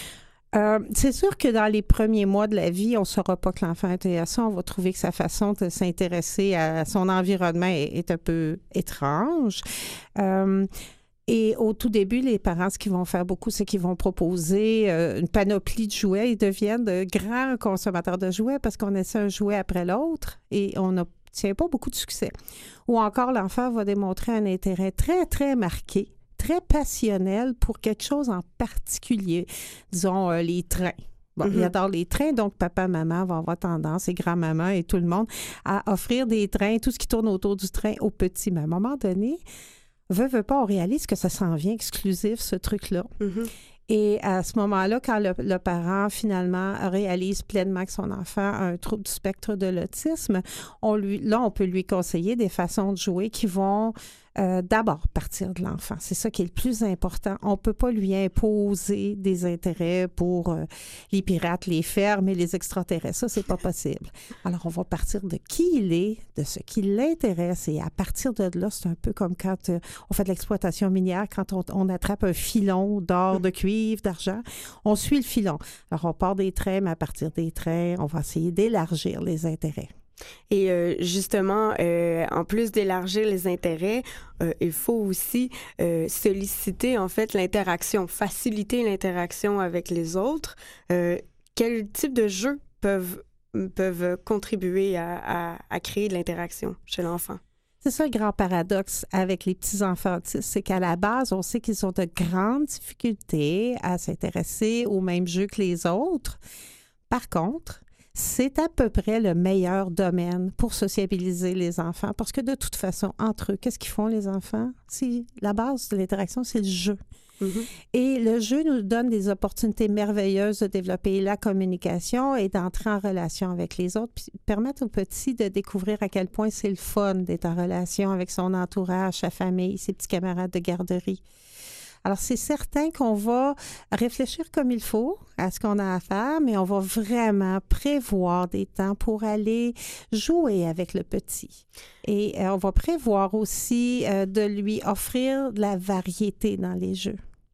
F: Euh, c'est sûr que dans les premiers mois de la vie, on ne saura pas que l'enfant a un T S A. On va trouver que sa façon de s'intéresser à son environnement est, est un peu étrange. Euh, et au tout début, les parents, ce qu'ils vont faire beaucoup, c'est qu'ils vont proposer euh, une panoplie de jouets. Ils deviennent de grands consommateurs de jouets parce qu'on essaie un jouet après l'autre et on n'obtient pas beaucoup de succès. Ou encore, l'enfant va démontrer un intérêt très, très marqué, très passionnel pour quelque chose en particulier, disons euh, les trains. Bon, mm-hmm. Il adore les trains, donc papa, maman vont avoir tendance, et grand-maman et tout le monde, à offrir des trains, tout ce qui tourne autour du train aux petits. Mais à un moment donné, veut, veut pas, on réalise que ça s'en vient exclusif, ce truc-là. Mm-hmm. Et à ce moment-là, quand le, le parent, finalement, réalise pleinement que son enfant a un trouble du spectre de l'autisme, on lui, là, on peut lui conseiller des façons de jouer qui vont euh, d'abord partir de l'enfant. C'est ça qui est le plus important. On ne peut pas lui imposer des intérêts pour euh, les pirates, les fermes et les extraterrestres. Ça, c'est pas possible. Alors, on va partir de qui il est, de ce qui l'intéresse. Et à partir de là, c'est un peu comme quand euh, on fait de l'exploitation minière, quand on, on attrape un filon d'or, de cuivre, d'argent, on suit le filon. Alors, on part des trains, mais à partir des trains, on va essayer d'élargir les intérêts.
B: Et euh, justement, euh, en plus d'élargir les intérêts, euh, il faut aussi euh, solliciter en fait l'interaction, faciliter l'interaction avec les autres. Euh, quel type de jeux peuvent, peuvent contribuer à, à, à créer de l'interaction chez l'enfant?
F: C'est ça le grand paradoxe avec les petits-enfants autistes, c'est qu'à la base, on sait qu'ils ont de grandes difficultés à s'intéresser aux mêmes jeux que les autres. Par contre, c'est à peu près le meilleur domaine pour sociabiliser les enfants parce que de toute façon, entre eux, qu'est-ce qu'ils font les enfants? C'est, la base de l'interaction, c'est le jeu. Mm-hmm. Et le jeu nous donne des opportunités merveilleuses de développer la communication et d'entrer en relation avec les autres, puis permettre aux petits de découvrir à quel point c'est le fun d'être en relation avec son entourage, sa famille, ses petits camarades de garderie. Alors, c'est certain qu'on va réfléchir comme il faut à ce qu'on a à faire, mais on va vraiment prévoir des temps pour aller jouer avec le petit. Et euh, on va prévoir aussi euh, de lui offrir de la variété dans les jeux.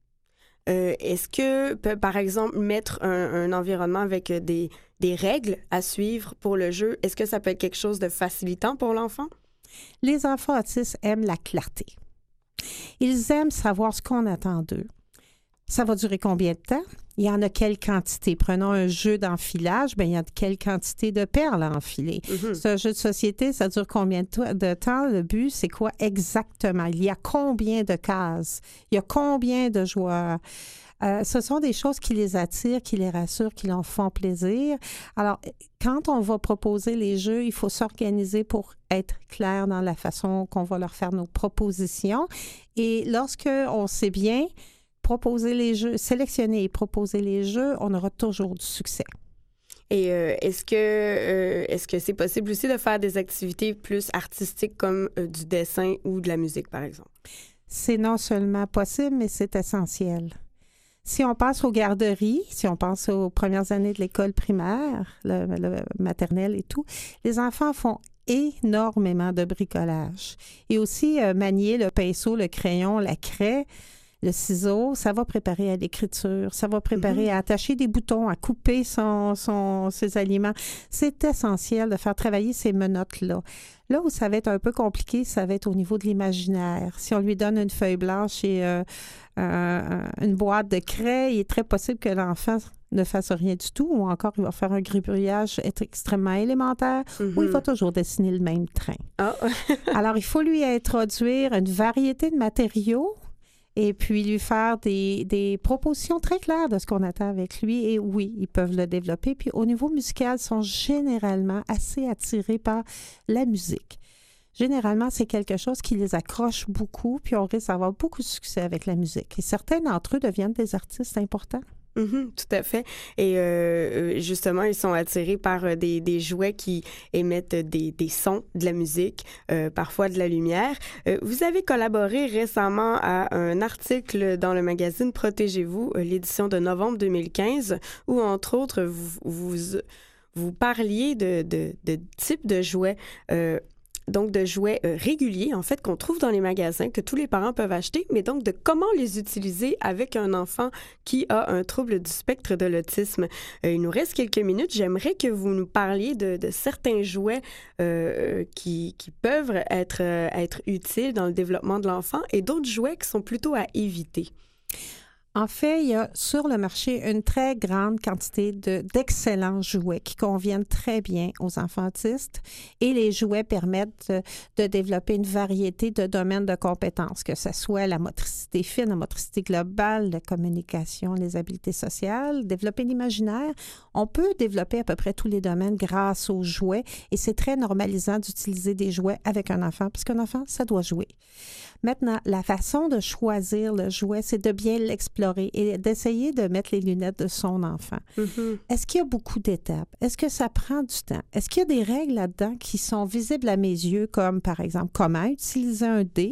B: Euh, est-ce que, par exemple, mettre un, un environnement avec des, des règles à suivre pour le jeu, est-ce que ça peut être quelque chose de facilitant pour l'enfant?
F: Les enfants autistes aiment la clarté. Ils aiment savoir ce qu'on attend d'eux. Ça va durer combien de temps? Il y en a quelle quantité? Prenons un jeu d'enfilage, bien, il y a quelle quantité de perles à enfiler?
B: Mm-hmm.
F: C'est un jeu de société, ça dure combien de, to- de temps? Le but, c'est quoi exactement? Il y a combien de cases? Il y a combien de joueurs? Euh, ce sont des choses qui les attirent, qui les rassurent, qui leur font plaisir. Alors, quand on va proposer les jeux, il faut s'organiser pour être clair dans la façon qu'on va leur faire nos propositions. Et lorsque on sait bien proposer les jeux, sélectionner et proposer les jeux, on aura toujours du succès.
B: Et euh, est-ce que euh, est-ce que c'est possible aussi de faire des activités plus artistiques comme euh, du dessin ou de la musique, par exemple?
F: C'est non seulement possible, mais c'est essentiel. Si on passe aux garderies, si on pense aux premières années de l'école primaire, le, le maternelle et tout, les enfants font énormément de bricolage. Et aussi, euh, manier le pinceau, le crayon, la craie, le ciseau, ça va préparer à l'écriture, ça va préparer mm-hmm. à attacher des boutons, à couper son, son, ses aliments. C'est essentiel de faire travailler ces menottes-là. Là où ça va être un peu compliqué, ça va être au niveau de l'imaginaire. Si on lui donne une feuille blanche et euh, euh, une boîte de craie, il est très possible que l'enfant ne fasse rien du tout, ou encore il va faire un gribouillage extrêmement élémentaire, mm-hmm. ou il va toujours dessiner le même train. Oh. Alors, il faut lui introduire une variété de matériaux et puis lui faire des, des propositions très claires de ce qu'on attend avec lui. Et oui, ils peuvent le développer. Puis au niveau musical, ils sont généralement assez attirés par la musique. Généralement, c'est quelque chose qui les accroche beaucoup, puis on risque d'avoir beaucoup de succès avec la musique. Et certains d'entre eux deviennent des artistes importants.
B: Mm-hmm, tout à fait. Et euh, justement, ils sont attirés par des, des jouets qui émettent des, des sons, de la musique, euh, parfois de la lumière. Euh, vous avez collaboré récemment à un article dans le magazine Protégez-vous, l'édition de novembre deux mille quinze, où, entre autres, vous, vous, vous parliez de, de, de types de jouets euh, donc de jouets euh, réguliers, en fait, qu'on trouve dans les magasins, que tous les parents peuvent acheter, mais donc de comment les utiliser avec un enfant qui a un trouble du spectre de l'autisme. Euh, il nous reste quelques minutes. J'aimerais que vous nous parliez de, de certains jouets euh, qui, qui peuvent être, euh, être utiles dans le développement de l'enfant et d'autres jouets qui sont plutôt à éviter.
F: En fait, il y a sur le marché une très grande quantité de, d'excellents jouets qui conviennent très bien aux enfants autistes et les jouets permettent de, de développer une variété de domaines de compétences, que ce soit la motricité fine, la motricité globale, la communication, les habiletés sociales, développer l'imaginaire. On peut développer à peu près tous les domaines grâce aux jouets et c'est très normalisant d'utiliser des jouets avec un enfant parce qu'un enfant, ça doit jouer. Maintenant, la façon de choisir le jouet, c'est de bien l'explorer et d'essayer de mettre les lunettes de son enfant. Mm-hmm. Est-ce qu'il y a beaucoup d'étapes? Est-ce que ça prend du temps? Est-ce qu'il y a des règles là-dedans qui sont visibles à mes yeux, comme par exemple comment utiliser un dé?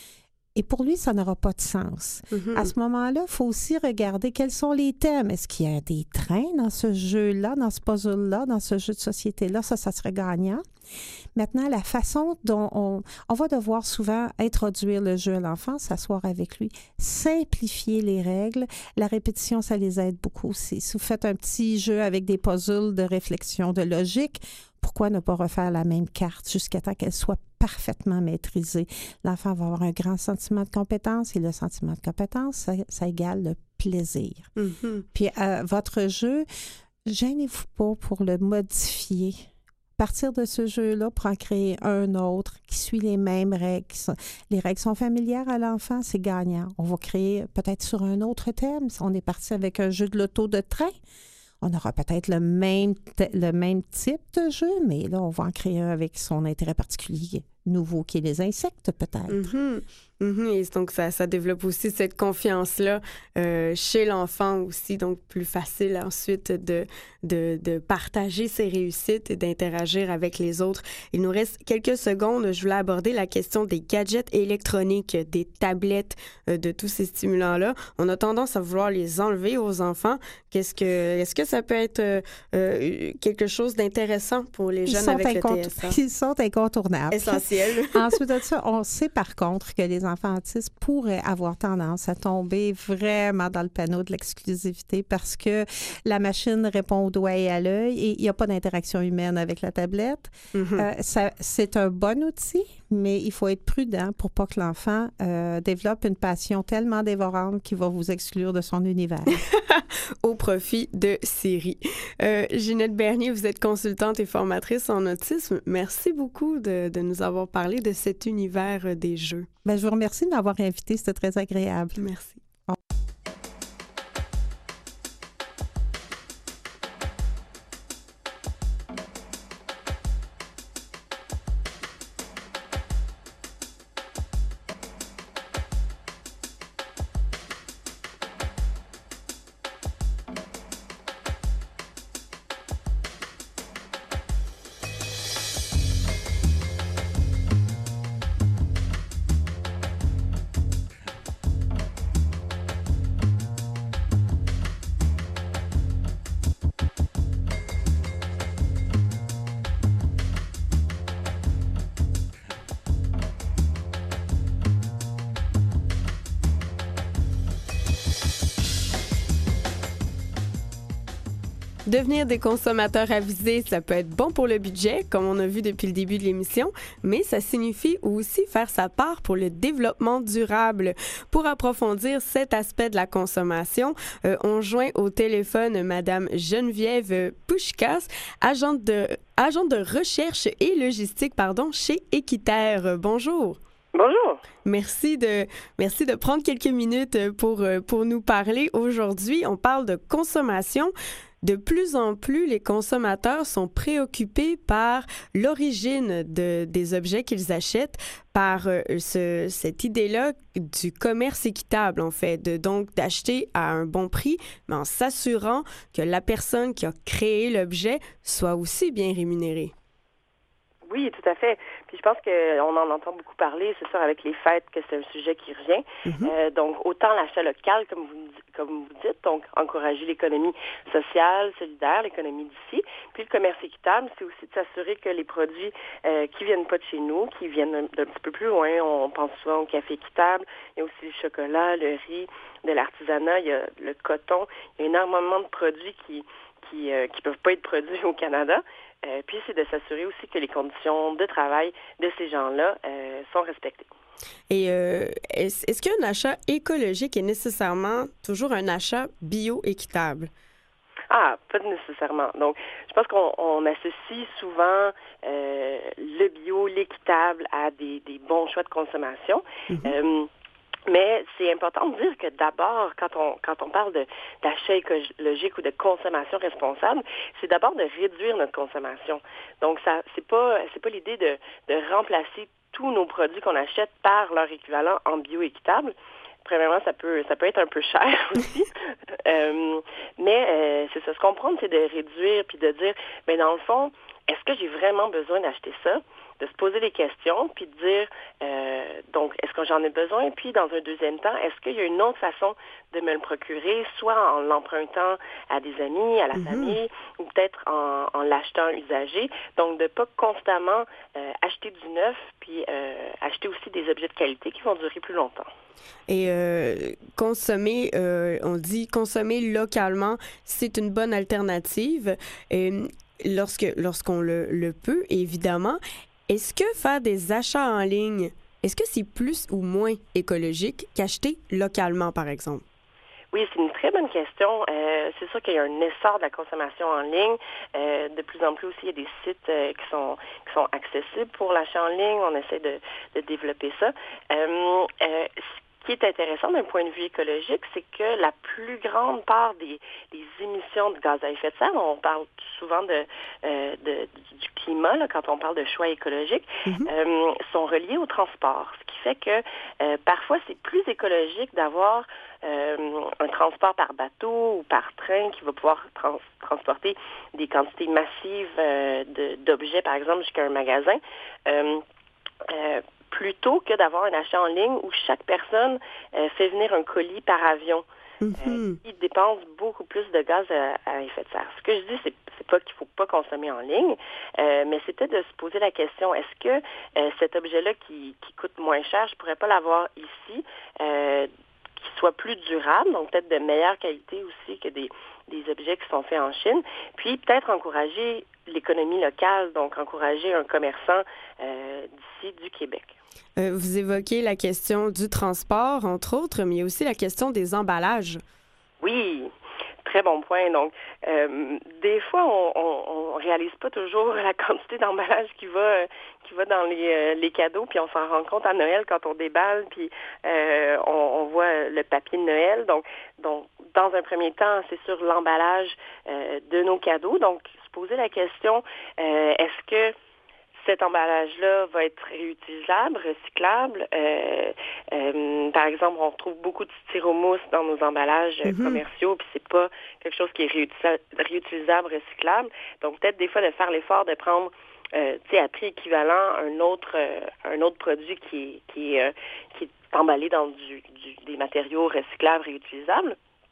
F: Et pour lui, ça n'aura pas de sens. Mm-hmm. À ce moment-là, il faut aussi regarder quels sont les thèmes. Est-ce qu'il y a des trains dans ce jeu-là, dans ce puzzle-là, dans ce jeu de société-là? Ça, ça serait gagnant. Maintenant, la façon dont on, on va devoir souvent introduire le jeu à l'enfant, s'asseoir avec lui, simplifier les règles. La répétition, ça les aide beaucoup aussi. Si vous faites un petit jeu avec des puzzles de réflexion, de logique, pourquoi ne pas refaire la même carte jusqu'à temps qu'elle soit parfaitement maîtrisée? L'enfant va avoir un grand sentiment de compétence et le sentiment de compétence, ça, ça égale le plaisir. Mm-hmm. Puis euh, votre jeu, gênez-vous pas pour le modifier. Partir de ce jeu-là pour en créer un autre qui suit les mêmes règles. Les règles sont familières à l'enfant, c'est gagnant. On va créer peut-être sur un autre thème. Si on est parti avec un jeu de loto de train, on aura peut-être le même, t- le même type de jeu, mais là, on va en créer un avec son intérêt particulier nouveau, qui est les insectes, peut-être.
B: Mm-hmm. Mm-hmm. Et donc, ça, ça développe aussi cette confiance-là euh, chez l'enfant aussi, donc plus facile ensuite de, de, de partager ses réussites et d'interagir avec les autres. Il nous reste quelques secondes. Je voulais aborder la question des gadgets électroniques, des tablettes, euh, de tous ces stimulants-là. On a tendance à vouloir les enlever aux enfants. Qu'est-ce que, est-ce que ça peut être euh, euh, quelque chose d'intéressant pour les jeunes avec incont- le T S A?
F: Ils sont incontournables.
B: Essentiel.
F: Ensuite de ça, on sait par contre que les enfants autistes pourraient avoir tendance à tomber vraiment dans le panneau de l'exclusivité parce que la machine répond au doigt et à l'œil et il n'y a pas d'interaction humaine avec la tablette. Mm-hmm. Euh, ça, c'est un bon outil, mais il faut être prudent pour pas que l'enfant euh, développe une passion tellement dévorante qu'il va vous exclure de son univers.
B: Au profit de séries. Euh, Ginette Bernier, vous êtes consultante et formatrice en autisme. Merci beaucoup de, de nous avoir parlé de cet univers des jeux.
F: Bien, je vous remercie de m'avoir invité. C'était très agréable.
B: Merci. Devenir des consommateurs avisés, ça peut être bon pour le budget, comme on a vu depuis le début de l'émission, mais ça signifie aussi faire sa part pour le développement durable. Pour approfondir cet aspect de la consommation, euh, on joint au téléphone Madame Geneviève Pouchkas, agente de, agente de recherche et logistique pardon, chez Équiterre. Bonjour.
G: Bonjour.
B: Merci de, merci de prendre quelques minutes pour, pour nous parler. Aujourd'hui, on parle de consommation. De plus en plus, les consommateurs sont préoccupés par l'origine de, des objets qu'ils achètent, par euh, ce, cette idée-là du commerce équitable, en fait, de, donc d'acheter à un bon prix, mais en s'assurant que la personne qui a créé l'objet soit aussi bien rémunérée.
G: Oui, tout à fait. Puis je pense qu'on en entend beaucoup parler, c'est sûr, avec les fêtes, que c'est un sujet qui revient. Mm-hmm. Euh, donc, autant l'achat local, comme vous, comme vous dites, donc encourager l'économie sociale, solidaire, l'économie d'ici. Puis le commerce équitable, c'est aussi de s'assurer que les produits euh, qui viennent pas de chez nous, qui viennent d'un petit peu plus loin, on pense souvent au café équitable, il y a aussi le chocolat, le riz, de l'artisanat, il y a le coton, il y a énormément de produits qui qui euh, qui peuvent pas être produits au Canada. Euh, puis, c'est de s'assurer aussi que les conditions de travail de ces gens-là euh, sont respectées.
B: Et euh, est-ce, est-ce qu'un achat écologique est nécessairement toujours un achat bio-équitable?
G: Ah, pas nécessairement. Donc, je pense qu'on on associe souvent euh, le bio, l'équitable à des, des bons choix de consommation. Mm-hmm. Euh, Mais c'est important de dire que d'abord, quand on quand on parle de d'achat écologique ou de consommation responsable, c'est d'abord de réduire notre consommation. Donc ça c'est pas c'est pas l'idée de de remplacer tous nos produits qu'on achète par leur équivalent en bio équitable. Premièrement, ça peut ça peut être un peu cher aussi. euh, mais euh, c'est ça, se comprendre, c'est de réduire puis de dire, mais dans le fond, est-ce que j'ai vraiment besoin d'acheter ça? De se poser des questions, puis de dire, euh, donc, est-ce que j'en ai besoin? Puis, dans un deuxième temps, est-ce qu'il y a une autre façon de me le procurer, soit en l'empruntant à des amis, à la mm-hmm. famille, ou peut-être en, en l'achetant usagé. Donc, de ne pas constamment euh, acheter du neuf, puis euh, acheter aussi des objets de qualité qui vont durer plus longtemps.
B: Et euh, consommer, euh, on dit consommer localement, c'est une bonne alternative. Euh, lorsque, lorsqu'on le, le peut, évidemment. Est-ce que faire des achats en ligne, est-ce que c'est plus ou moins écologique qu'acheter localement, par exemple?
G: Oui, c'est une très bonne question. Euh, c'est sûr qu'il y a un essor de la consommation en ligne. Euh, de plus en plus aussi, il y a des sites euh, qui sont qui sont accessibles pour l'achat en ligne. On essaie de, de développer ça. Euh, euh, Ce qui est intéressant d'un point de vue écologique, c'est que la plus grande part des, des émissions de gaz à effet de serre, on parle souvent de, euh, de du climat là, quand on parle de choix écologiques, mm-hmm. euh, sont reliées au transport. Ce qui fait que euh, parfois c'est plus écologique d'avoir euh, un transport par bateau ou par train qui va pouvoir trans- transporter des quantités massives euh, de, d'objets, par exemple, jusqu'à un magasin. Euh, euh, plutôt que d'avoir un achat en ligne où chaque personne euh, fait venir un colis par avion, mm-hmm. euh, qui dépense beaucoup plus de gaz à, à effet de serre. Ce que je dis, c'est, c'est pas qu'il faut pas consommer en ligne, euh, mais c'était de se poser la question, est-ce que euh, cet objet-là qui, qui coûte moins cher, je pourrais pas l'avoir ici, euh, qui soit plus durable, donc peut-être de meilleure qualité aussi que des, des objets qui sont faits en Chine, puis peut-être encourager l'économie locale, donc encourager un commerçant euh, d'ici du Québec.
B: Euh, vous évoquez la question du transport, entre autres, mais il y a aussi la question des emballages.
G: Oui, très bon point. Donc, euh, des fois, on ne réalise pas toujours la quantité d'emballage qui va euh, qui va dans les, euh, les cadeaux, puis on s'en rend compte à Noël quand on déballe, puis euh, on, on voit le papier de Noël. Donc, donc dans un premier temps, c'est sur l'emballage euh, de nos cadeaux. Donc, se poser la question, euh, est-ce que cet emballage-là va être réutilisable, recyclable? Euh, euh, par exemple, on retrouve beaucoup de styromousse dans nos emballages euh, mm-hmm. commerciaux, puis c'est pas quelque chose qui est réutilisa- réutilisable, recyclable. Donc, peut-être des fois de faire l'effort de prendre Euh, tu sais, à prix équivalent, un autre euh, un autre produit qui, qui, euh, qui est emballé dans du, du, des matériaux recyclables, réutilisables.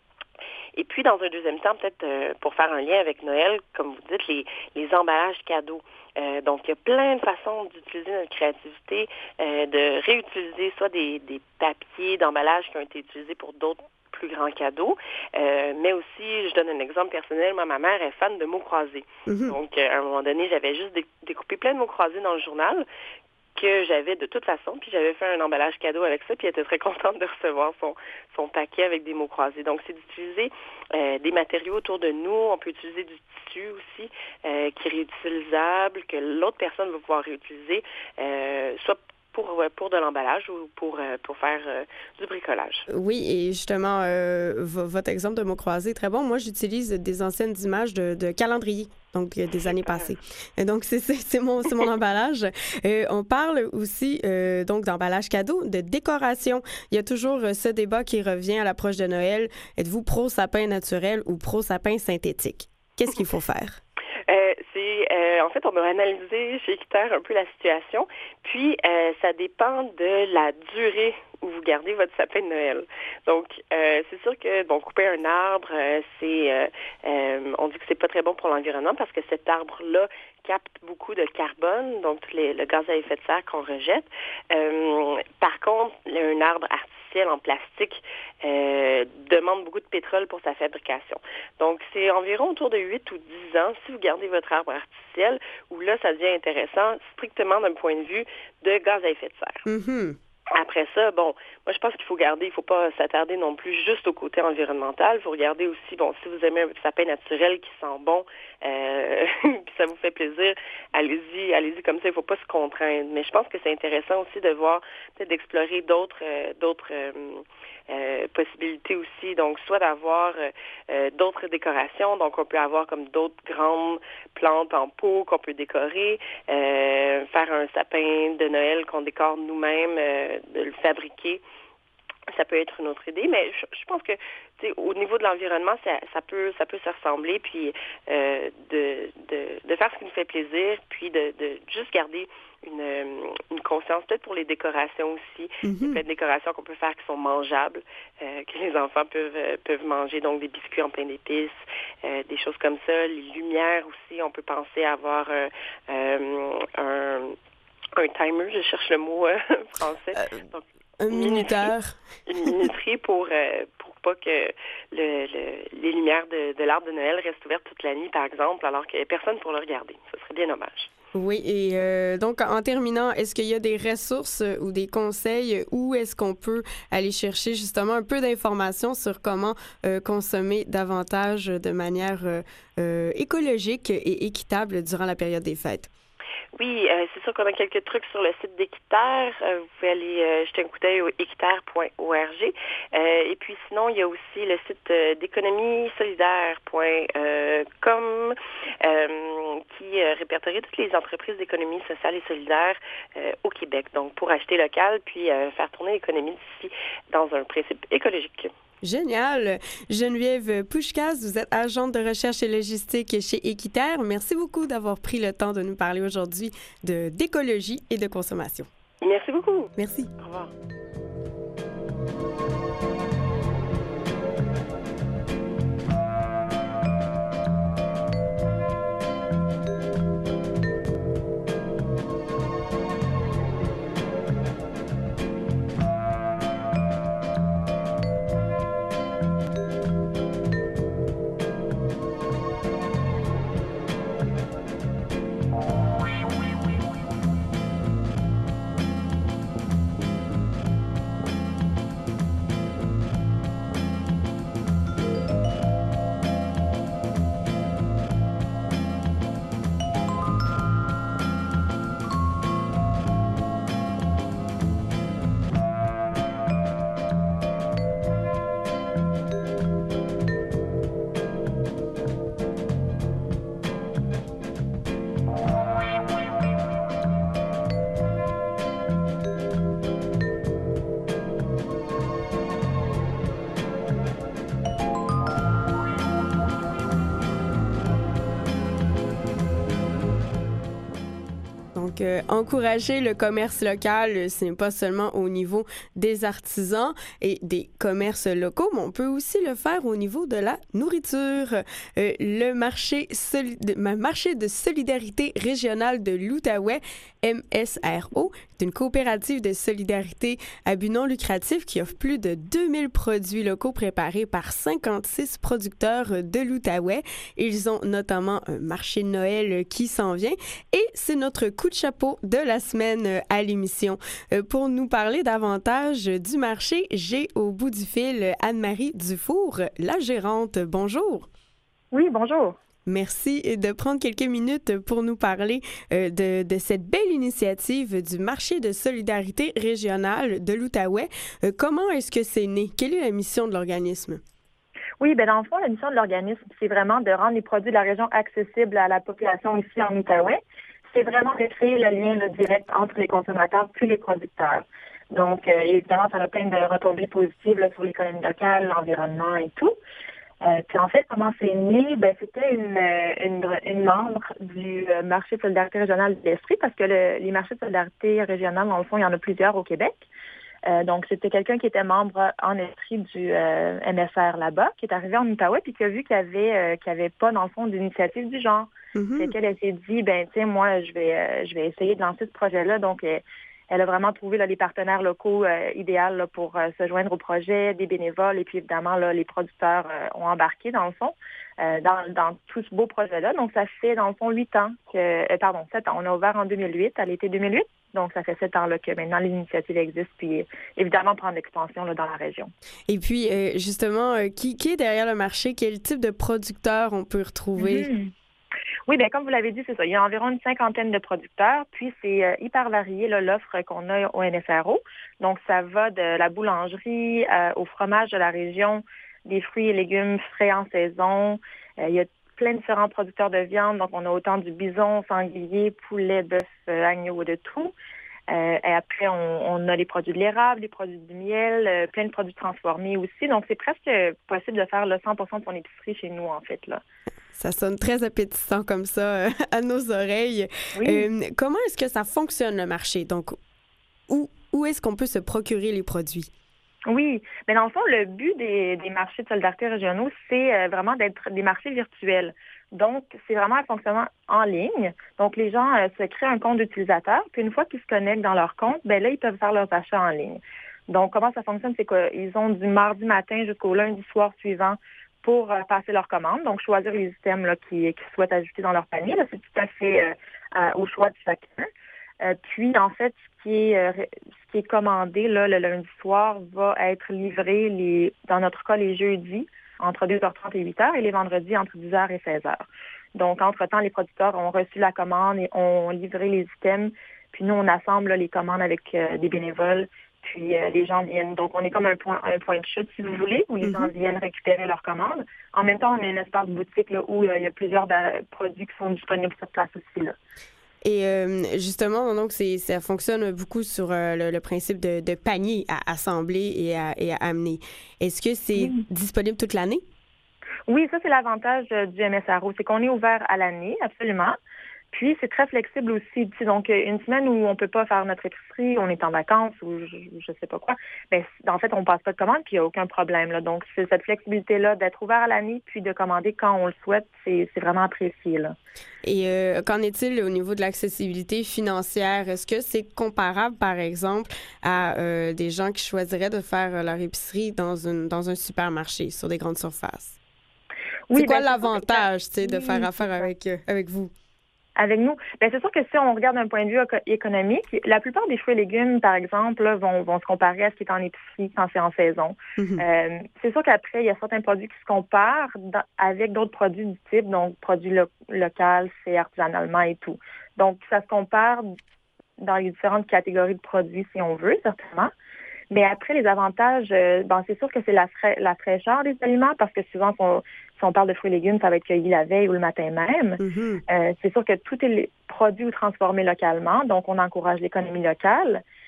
G: Et puis, dans un deuxième temps, peut-être euh, pour faire un lien avec Noël, comme vous dites, les, les emballages cadeaux. Euh, donc, il y a plein de façons d'utiliser notre créativité, euh, de réutiliser soit des, des papiers d'emballage qui ont été utilisés pour d'autres plus grands cadeaux, euh, mais aussi, je donne un exemple personnel, moi, ma mère est fan de mots croisés. Mm-hmm. Donc, euh, à un moment donné, j'avais juste dé- découpé plein de mots croisés dans le journal que j'avais de toute façon, puis j'avais fait un emballage cadeau avec ça, puis elle était très contente de recevoir son, son paquet avec des mots croisés. Donc, c'est d'utiliser euh, des matériaux autour de nous. On peut utiliser du tissu aussi, euh, qui est réutilisable, que l'autre personne va pouvoir réutiliser, euh, soit Pour, pour de l'emballage ou pour, pour faire euh, du bricolage.
B: Oui, et justement, euh, v- votre exemple de mots croisés est très bon. Moi, j'utilise des anciennes images de, de calendrier, donc des années passées. Et donc, c'est, c'est, c'est, mon, c'est mon emballage. Euh, on parle aussi euh, donc d'emballage cadeau, de décoration. Il y a toujours euh, ce débat qui revient à l'approche de Noël. Êtes-vous pro-sapin naturel ou pro-sapin synthétique? Qu'est-ce qu'il faut faire?
G: Euh, c'est euh, en fait, on a analysé chez Équiterre un peu la situation, puis euh, ça dépend de la durée où vous gardez votre sapin de Noël. Donc, euh, c'est sûr que bon, couper un arbre, euh, c'est, euh, euh, on dit que c'est pas très bon pour l'environnement parce que cet arbre-là capte beaucoup de carbone, donc les, le gaz à effet de serre qu'on rejette. Euh, par contre, un arbre artificiel en plastique euh, demande beaucoup de pétrole pour sa fabrication. Donc, c'est environ autour de huit ou dix ans, si vous gardez votre arbre artificiel, où là, ça devient intéressant strictement d'un point de vue de gaz à effet de serre.
B: Mm-hmm.
G: Après ça, bon, moi je pense qu'il faut garder, il faut pas s'attarder non plus juste au côté environnemental. Il faut regarder aussi, bon, si vous aimez un sapin naturel qui sent bon, euh, puis ça vous fait plaisir, allez-y, allez-y comme ça. Il faut pas se contraindre. Mais je pense que c'est intéressant aussi de voir, peut-être d'explorer d'autres, euh, d'autres euh, euh, possibilités aussi. Donc, soit d'avoir euh, d'autres décorations. Donc, on peut avoir comme d'autres grandes plantes en pot qu'on peut décorer, euh, faire un sapin de Noël qu'on décore nous-mêmes. Euh, de le fabriquer, ça peut être une autre idée, mais je, je pense que au niveau de l'environnement, ça, ça peut ça peut se ressembler, puis euh, de, de, de faire ce qui nous fait plaisir, puis de, de juste garder une, une conscience, peut-être pour les décorations aussi. Mm-hmm. Il y a plein de décorations qu'on peut faire qui sont mangeables, euh, que les enfants peuvent euh, peuvent manger, donc des biscuits en plein d'épices, euh, des choses comme ça. Les lumières aussi, on peut penser à avoir euh, euh, un un timer, je cherche le mot euh, français.
B: Euh,
G: Donc,
B: un minuteur.
G: Une minuterie pour euh, pour pas que le, le, les lumières de, de l'arbre de Noël restent ouvertes toute la nuit, par exemple, alors qu'il n'y a personne pour le regarder. Ce serait bien dommage.
B: Oui, et euh, donc en terminant, est-ce qu'il y a des ressources ou des conseils où est-ce qu'on peut aller chercher justement un peu d'informations sur comment euh, consommer davantage de manière euh, euh, écologique et équitable durant la période des fêtes?
G: Oui, euh, c'est sûr qu'on a quelques trucs sur le site d'Équiterre. Euh, vous pouvez aller euh, jeter un coup d'œil au équiterre point org. Euh, et puis sinon, il y a aussi le site euh, d'économie solidaire point com euh, qui euh, répertorie toutes les entreprises d'économie sociale et solidaire euh, au Québec. Donc, pour acheter local, puis euh, faire tourner l'économie d'ici dans un principe écologique.
B: Génial. Geneviève Pouchkas, vous êtes agente de recherche et logistique chez Équiterre. Merci beaucoup d'avoir pris le temps de nous parler aujourd'hui de, d'écologie et de consommation.
G: Merci beaucoup.
B: Merci.
G: Au revoir.
B: Donc, euh, encourager le commerce local, ce n'est pas seulement au niveau des artisans et des commerces locaux, mais on peut aussi le faire au niveau de la nourriture. Euh, le marché, soli- marché de solidarité régionale de l'Outaouais, M S R O, est une coopérative de solidarité à but non lucratif qui offre plus de deux mille produits locaux préparés par cinquante-six producteurs de l'Outaouais. Ils ont notamment un marché de Noël qui s'en vient et c'est notre coup de chapeau de la semaine à l'émission. Pour nous parler davantage du marché, j'ai au bout du fil Anne-Marie Dufour, la gérante. Bonjour.
H: Oui, bonjour.
B: Merci de prendre quelques minutes pour nous parler euh, de, de cette belle initiative du marché de solidarité régionale de l'Outaouais. Euh, comment est-ce que c'est né? Quelle est la mission de l'organisme?
H: Oui, bien dans le fond, la mission de l'organisme, c'est vraiment de rendre les produits de la région accessibles à la population ici en Outaouais. C'est vraiment de créer le lien le direct entre les consommateurs puis les producteurs. Donc, euh, évidemment, ça a plein de retombées positives là, sur l'économie locale, l'environnement et tout. Euh, puis en fait, comment c'est né? Ben, c'était une, une, une membre du marché de solidarité régionale de l'Estrie, parce que le, les marchés de solidarité régionale, dans le fond, il y en a plusieurs au Québec. Euh, donc, c'était quelqu'un qui était membre en Estrie du euh, M S R là-bas, qui est arrivé en Outaouais, puis qui a vu qu'il n'y avait, euh, qu'il y avait pas, dans le fond, d'initiative du genre. Mm-hmm. C'est qu'elle elle s'est dit, ben, tiens, moi, je vais, euh, je vais essayer de lancer ce projet-là. Donc, euh, elle a vraiment trouvé là, les partenaires locaux euh, idéaux là, pour euh, se joindre au projet, des bénévoles, et puis évidemment, là, les producteurs euh, ont embarqué, dans le fond, euh, dans, dans tout ce beau projet-là. Donc, ça fait, dans le fond, huit ans, que, euh, pardon, sept ans. On a ouvert en deux mille huit, à l'été deux mille huit. Donc, ça fait sept ans là, que maintenant l'initiative existe, puis évidemment prendre l'expansion là, dans la région.
B: Et puis, euh, justement, euh, qui, qui est derrière le marché? Quel type de producteurs on peut retrouver?
H: Mm-hmm. Oui, bien comme vous l'avez dit, c'est ça. Il y a environ une cinquantaine de producteurs, puis c'est euh, hyper varié là, l'offre qu'on a au N S R O. Donc, ça va de la boulangerie euh, au fromage de la région, des fruits et légumes frais en saison. Euh, il y a plein de différents producteurs de viande. Donc, on a autant du bison, sanglier, poulet, bœuf, euh, agneau, de tout. Euh, et après, on, on a les produits de l'érable, les produits du miel, euh, plein de produits transformés aussi. Donc, c'est presque possible de faire le cent pour cent de son épicerie chez nous, en fait, là.
B: Ça sonne très appétissant comme ça euh, à nos oreilles.
H: Oui.
B: Euh, comment est-ce que ça fonctionne, le marché? Donc, où, où est-ce qu'on peut se procurer les produits?
H: Oui, mais dans le fond, le but des, des marchés de solidarité régionaux, c'est euh, vraiment d'être des marchés virtuels. Donc, c'est vraiment un fonctionnement en ligne. Donc, les gens euh, se créent un compte d'utilisateur, puis une fois qu'ils se connectent dans leur compte, ben là, ils peuvent faire leurs achats en ligne. Donc, comment ça fonctionne? C'est qu'ils ont du mardi matin jusqu'au lundi soir suivant pour euh, passer leur commande, donc choisir les items là, qu'ils, qu'ils souhaitent ajouter dans leur panier. Là, c'est tout à fait euh, euh, au choix de chacun. Euh, puis, en fait, ce qui est, euh, ce qui est commandé là, le lundi soir va être livré, les, dans notre cas, les jeudis, entre deux heures trente et huit heures, et les vendredis, entre dix heures et seize heures. Donc, entre-temps, les producteurs ont reçu la commande et ont livré les items. Puis, nous, on assemble là, les commandes avec euh, des bénévoles. Puis euh, les gens viennent, donc on est comme un point, un point de chute, si vous voulez, où les mm-hmm. gens viennent récupérer leurs commandes. En même temps, on a un espace boutique là, où euh, il y a plusieurs de, produits qui sont disponibles sur place aussi, là.
B: Et euh, justement, donc c'est, ça fonctionne beaucoup sur euh, le, le principe de, de panier à assembler et à, et à amener. Est-ce que c'est oui. disponible toute l'année?
H: Oui, ça c'est l'avantage euh, du M S R O, c'est qu'on est ouvert à l'année, absolument. Puis, c'est très flexible aussi. Donc, une semaine où on ne peut pas faire notre épicerie, on est en vacances ou je ne sais pas quoi, bien, en fait, on ne passe pas de commande puis il n'y a aucun problème, là. Donc, c'est cette flexibilité-là d'être ouvert à l'année puis de commander quand on le souhaite, c'est, c'est vraiment apprécié, là.
B: Et euh, qu'en est-il au niveau de l'accessibilité financière? Est-ce que c'est comparable, par exemple, à euh, des gens qui choisiraient de faire leur épicerie dans, une, dans un supermarché, sur des grandes surfaces? Oui, c'est quoi ben, l'avantage, tu sais, de faire affaire avec, euh, avec vous?
H: Avec nous, bien, c'est sûr que si on regarde d'un point de vue économique, la plupart des fruits et légumes, par exemple, là, vont, vont se comparer à ce qui est en épicerie quand c'est en saison. Mm-hmm. Euh, c'est sûr qu'après, il y a certains produits qui se comparent dans, avec d'autres produits du type, donc produits lo- locaux, fait artisanalement et tout. Donc, ça se compare dans les différentes catégories de produits, si on veut, certainement. Mais après, les avantages, euh, bon, c'est sûr que c'est la, fra- la fraîcheur des aliments, parce que souvent, si on, si on parle de fruits et légumes, ça va être cueilli la veille ou le matin même. Mm-hmm. Euh, c'est sûr que tout est produit ou transformé localement, donc on encourage l'économie locale.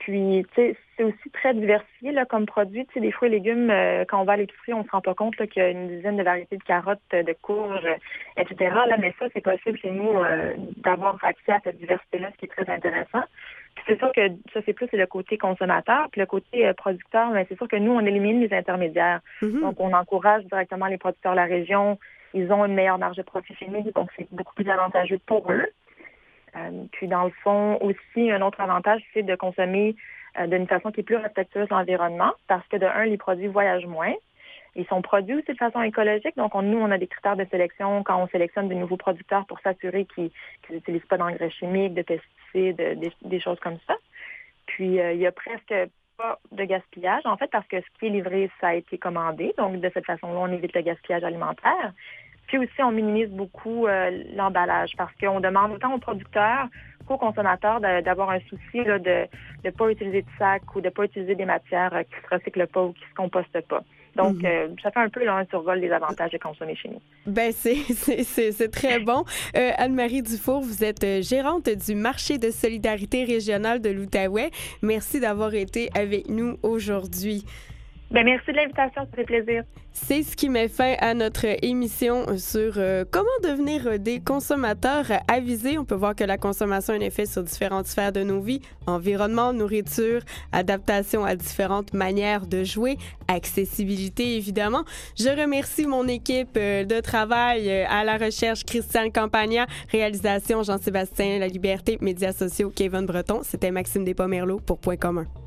H: Puis, tu sais, c'est aussi très diversifié là, comme produit. Tu sais, des fruits et légumes, euh, quand on va à l'épicerie, on ne se rend pas compte là, qu'il y a une dizaine de variétés de carottes, de courges, et cetera. Là, mais ça, c'est possible chez nous euh, d'avoir accès à cette diversité-là, ce qui est très intéressant. Puis c'est sûr que ça, c'est plus c'est le côté consommateur. Puis le côté euh, producteur, mais c'est sûr que nous, on élimine les intermédiaires. Mm-hmm. Donc, on encourage directement les producteurs de la région. Ils ont une meilleure marge de profit chez nous, donc c'est beaucoup plus avantageux pour eux. Euh, puis, dans le fond, aussi, un autre avantage, c'est de consommer euh, d'une façon qui est plus respectueuse de l'environnement parce que, de un, les produits voyagent moins. Ils sont produits aussi de façon écologique. Donc, on, nous, on a des critères de sélection quand on sélectionne de nouveaux producteurs pour s'assurer qu'ils n'utilisent pas d'engrais chimiques, de pesticides, de, des, des choses comme ça. Puis, euh, il y a presque pas de gaspillage, en fait, parce que ce qui est livré, ça a été commandé. Donc, de cette façon-là, on évite le gaspillage alimentaire. Puis aussi, on minimise beaucoup euh, l'emballage parce qu'on demande autant aux producteurs qu'aux consommateurs de, d'avoir un souci là, de ne pas utiliser de sac ou de ne pas utiliser des matières euh, qui ne se recyclent pas ou qui ne se compostent pas. Donc, mm-hmm. euh, ça fait un peu là, un survol des avantages de consommer chez nous.
B: Bien, c'est, c'est, c'est, c'est très bon. Euh, Anne-Marie Dufour, vous êtes gérante du marché de solidarité régionale de l'Outaouais. Merci d'avoir été avec nous aujourd'hui.
H: Bien, merci de l'invitation, ça fait plaisir.
B: C'est ce qui met fin à notre émission sur euh, comment devenir des consommateurs avisés. On peut voir que la consommation a un effet sur différentes sphères de nos vies, environnement, nourriture, adaptation à différentes manières de jouer, accessibilité évidemment. Je remercie mon équipe euh, de travail euh, à la recherche, Christiane Campagna, réalisation Jean-Sébastien La Liberté, médias sociaux Kevin Breton. C'était Maxime Despas-Merleau pour Point commun.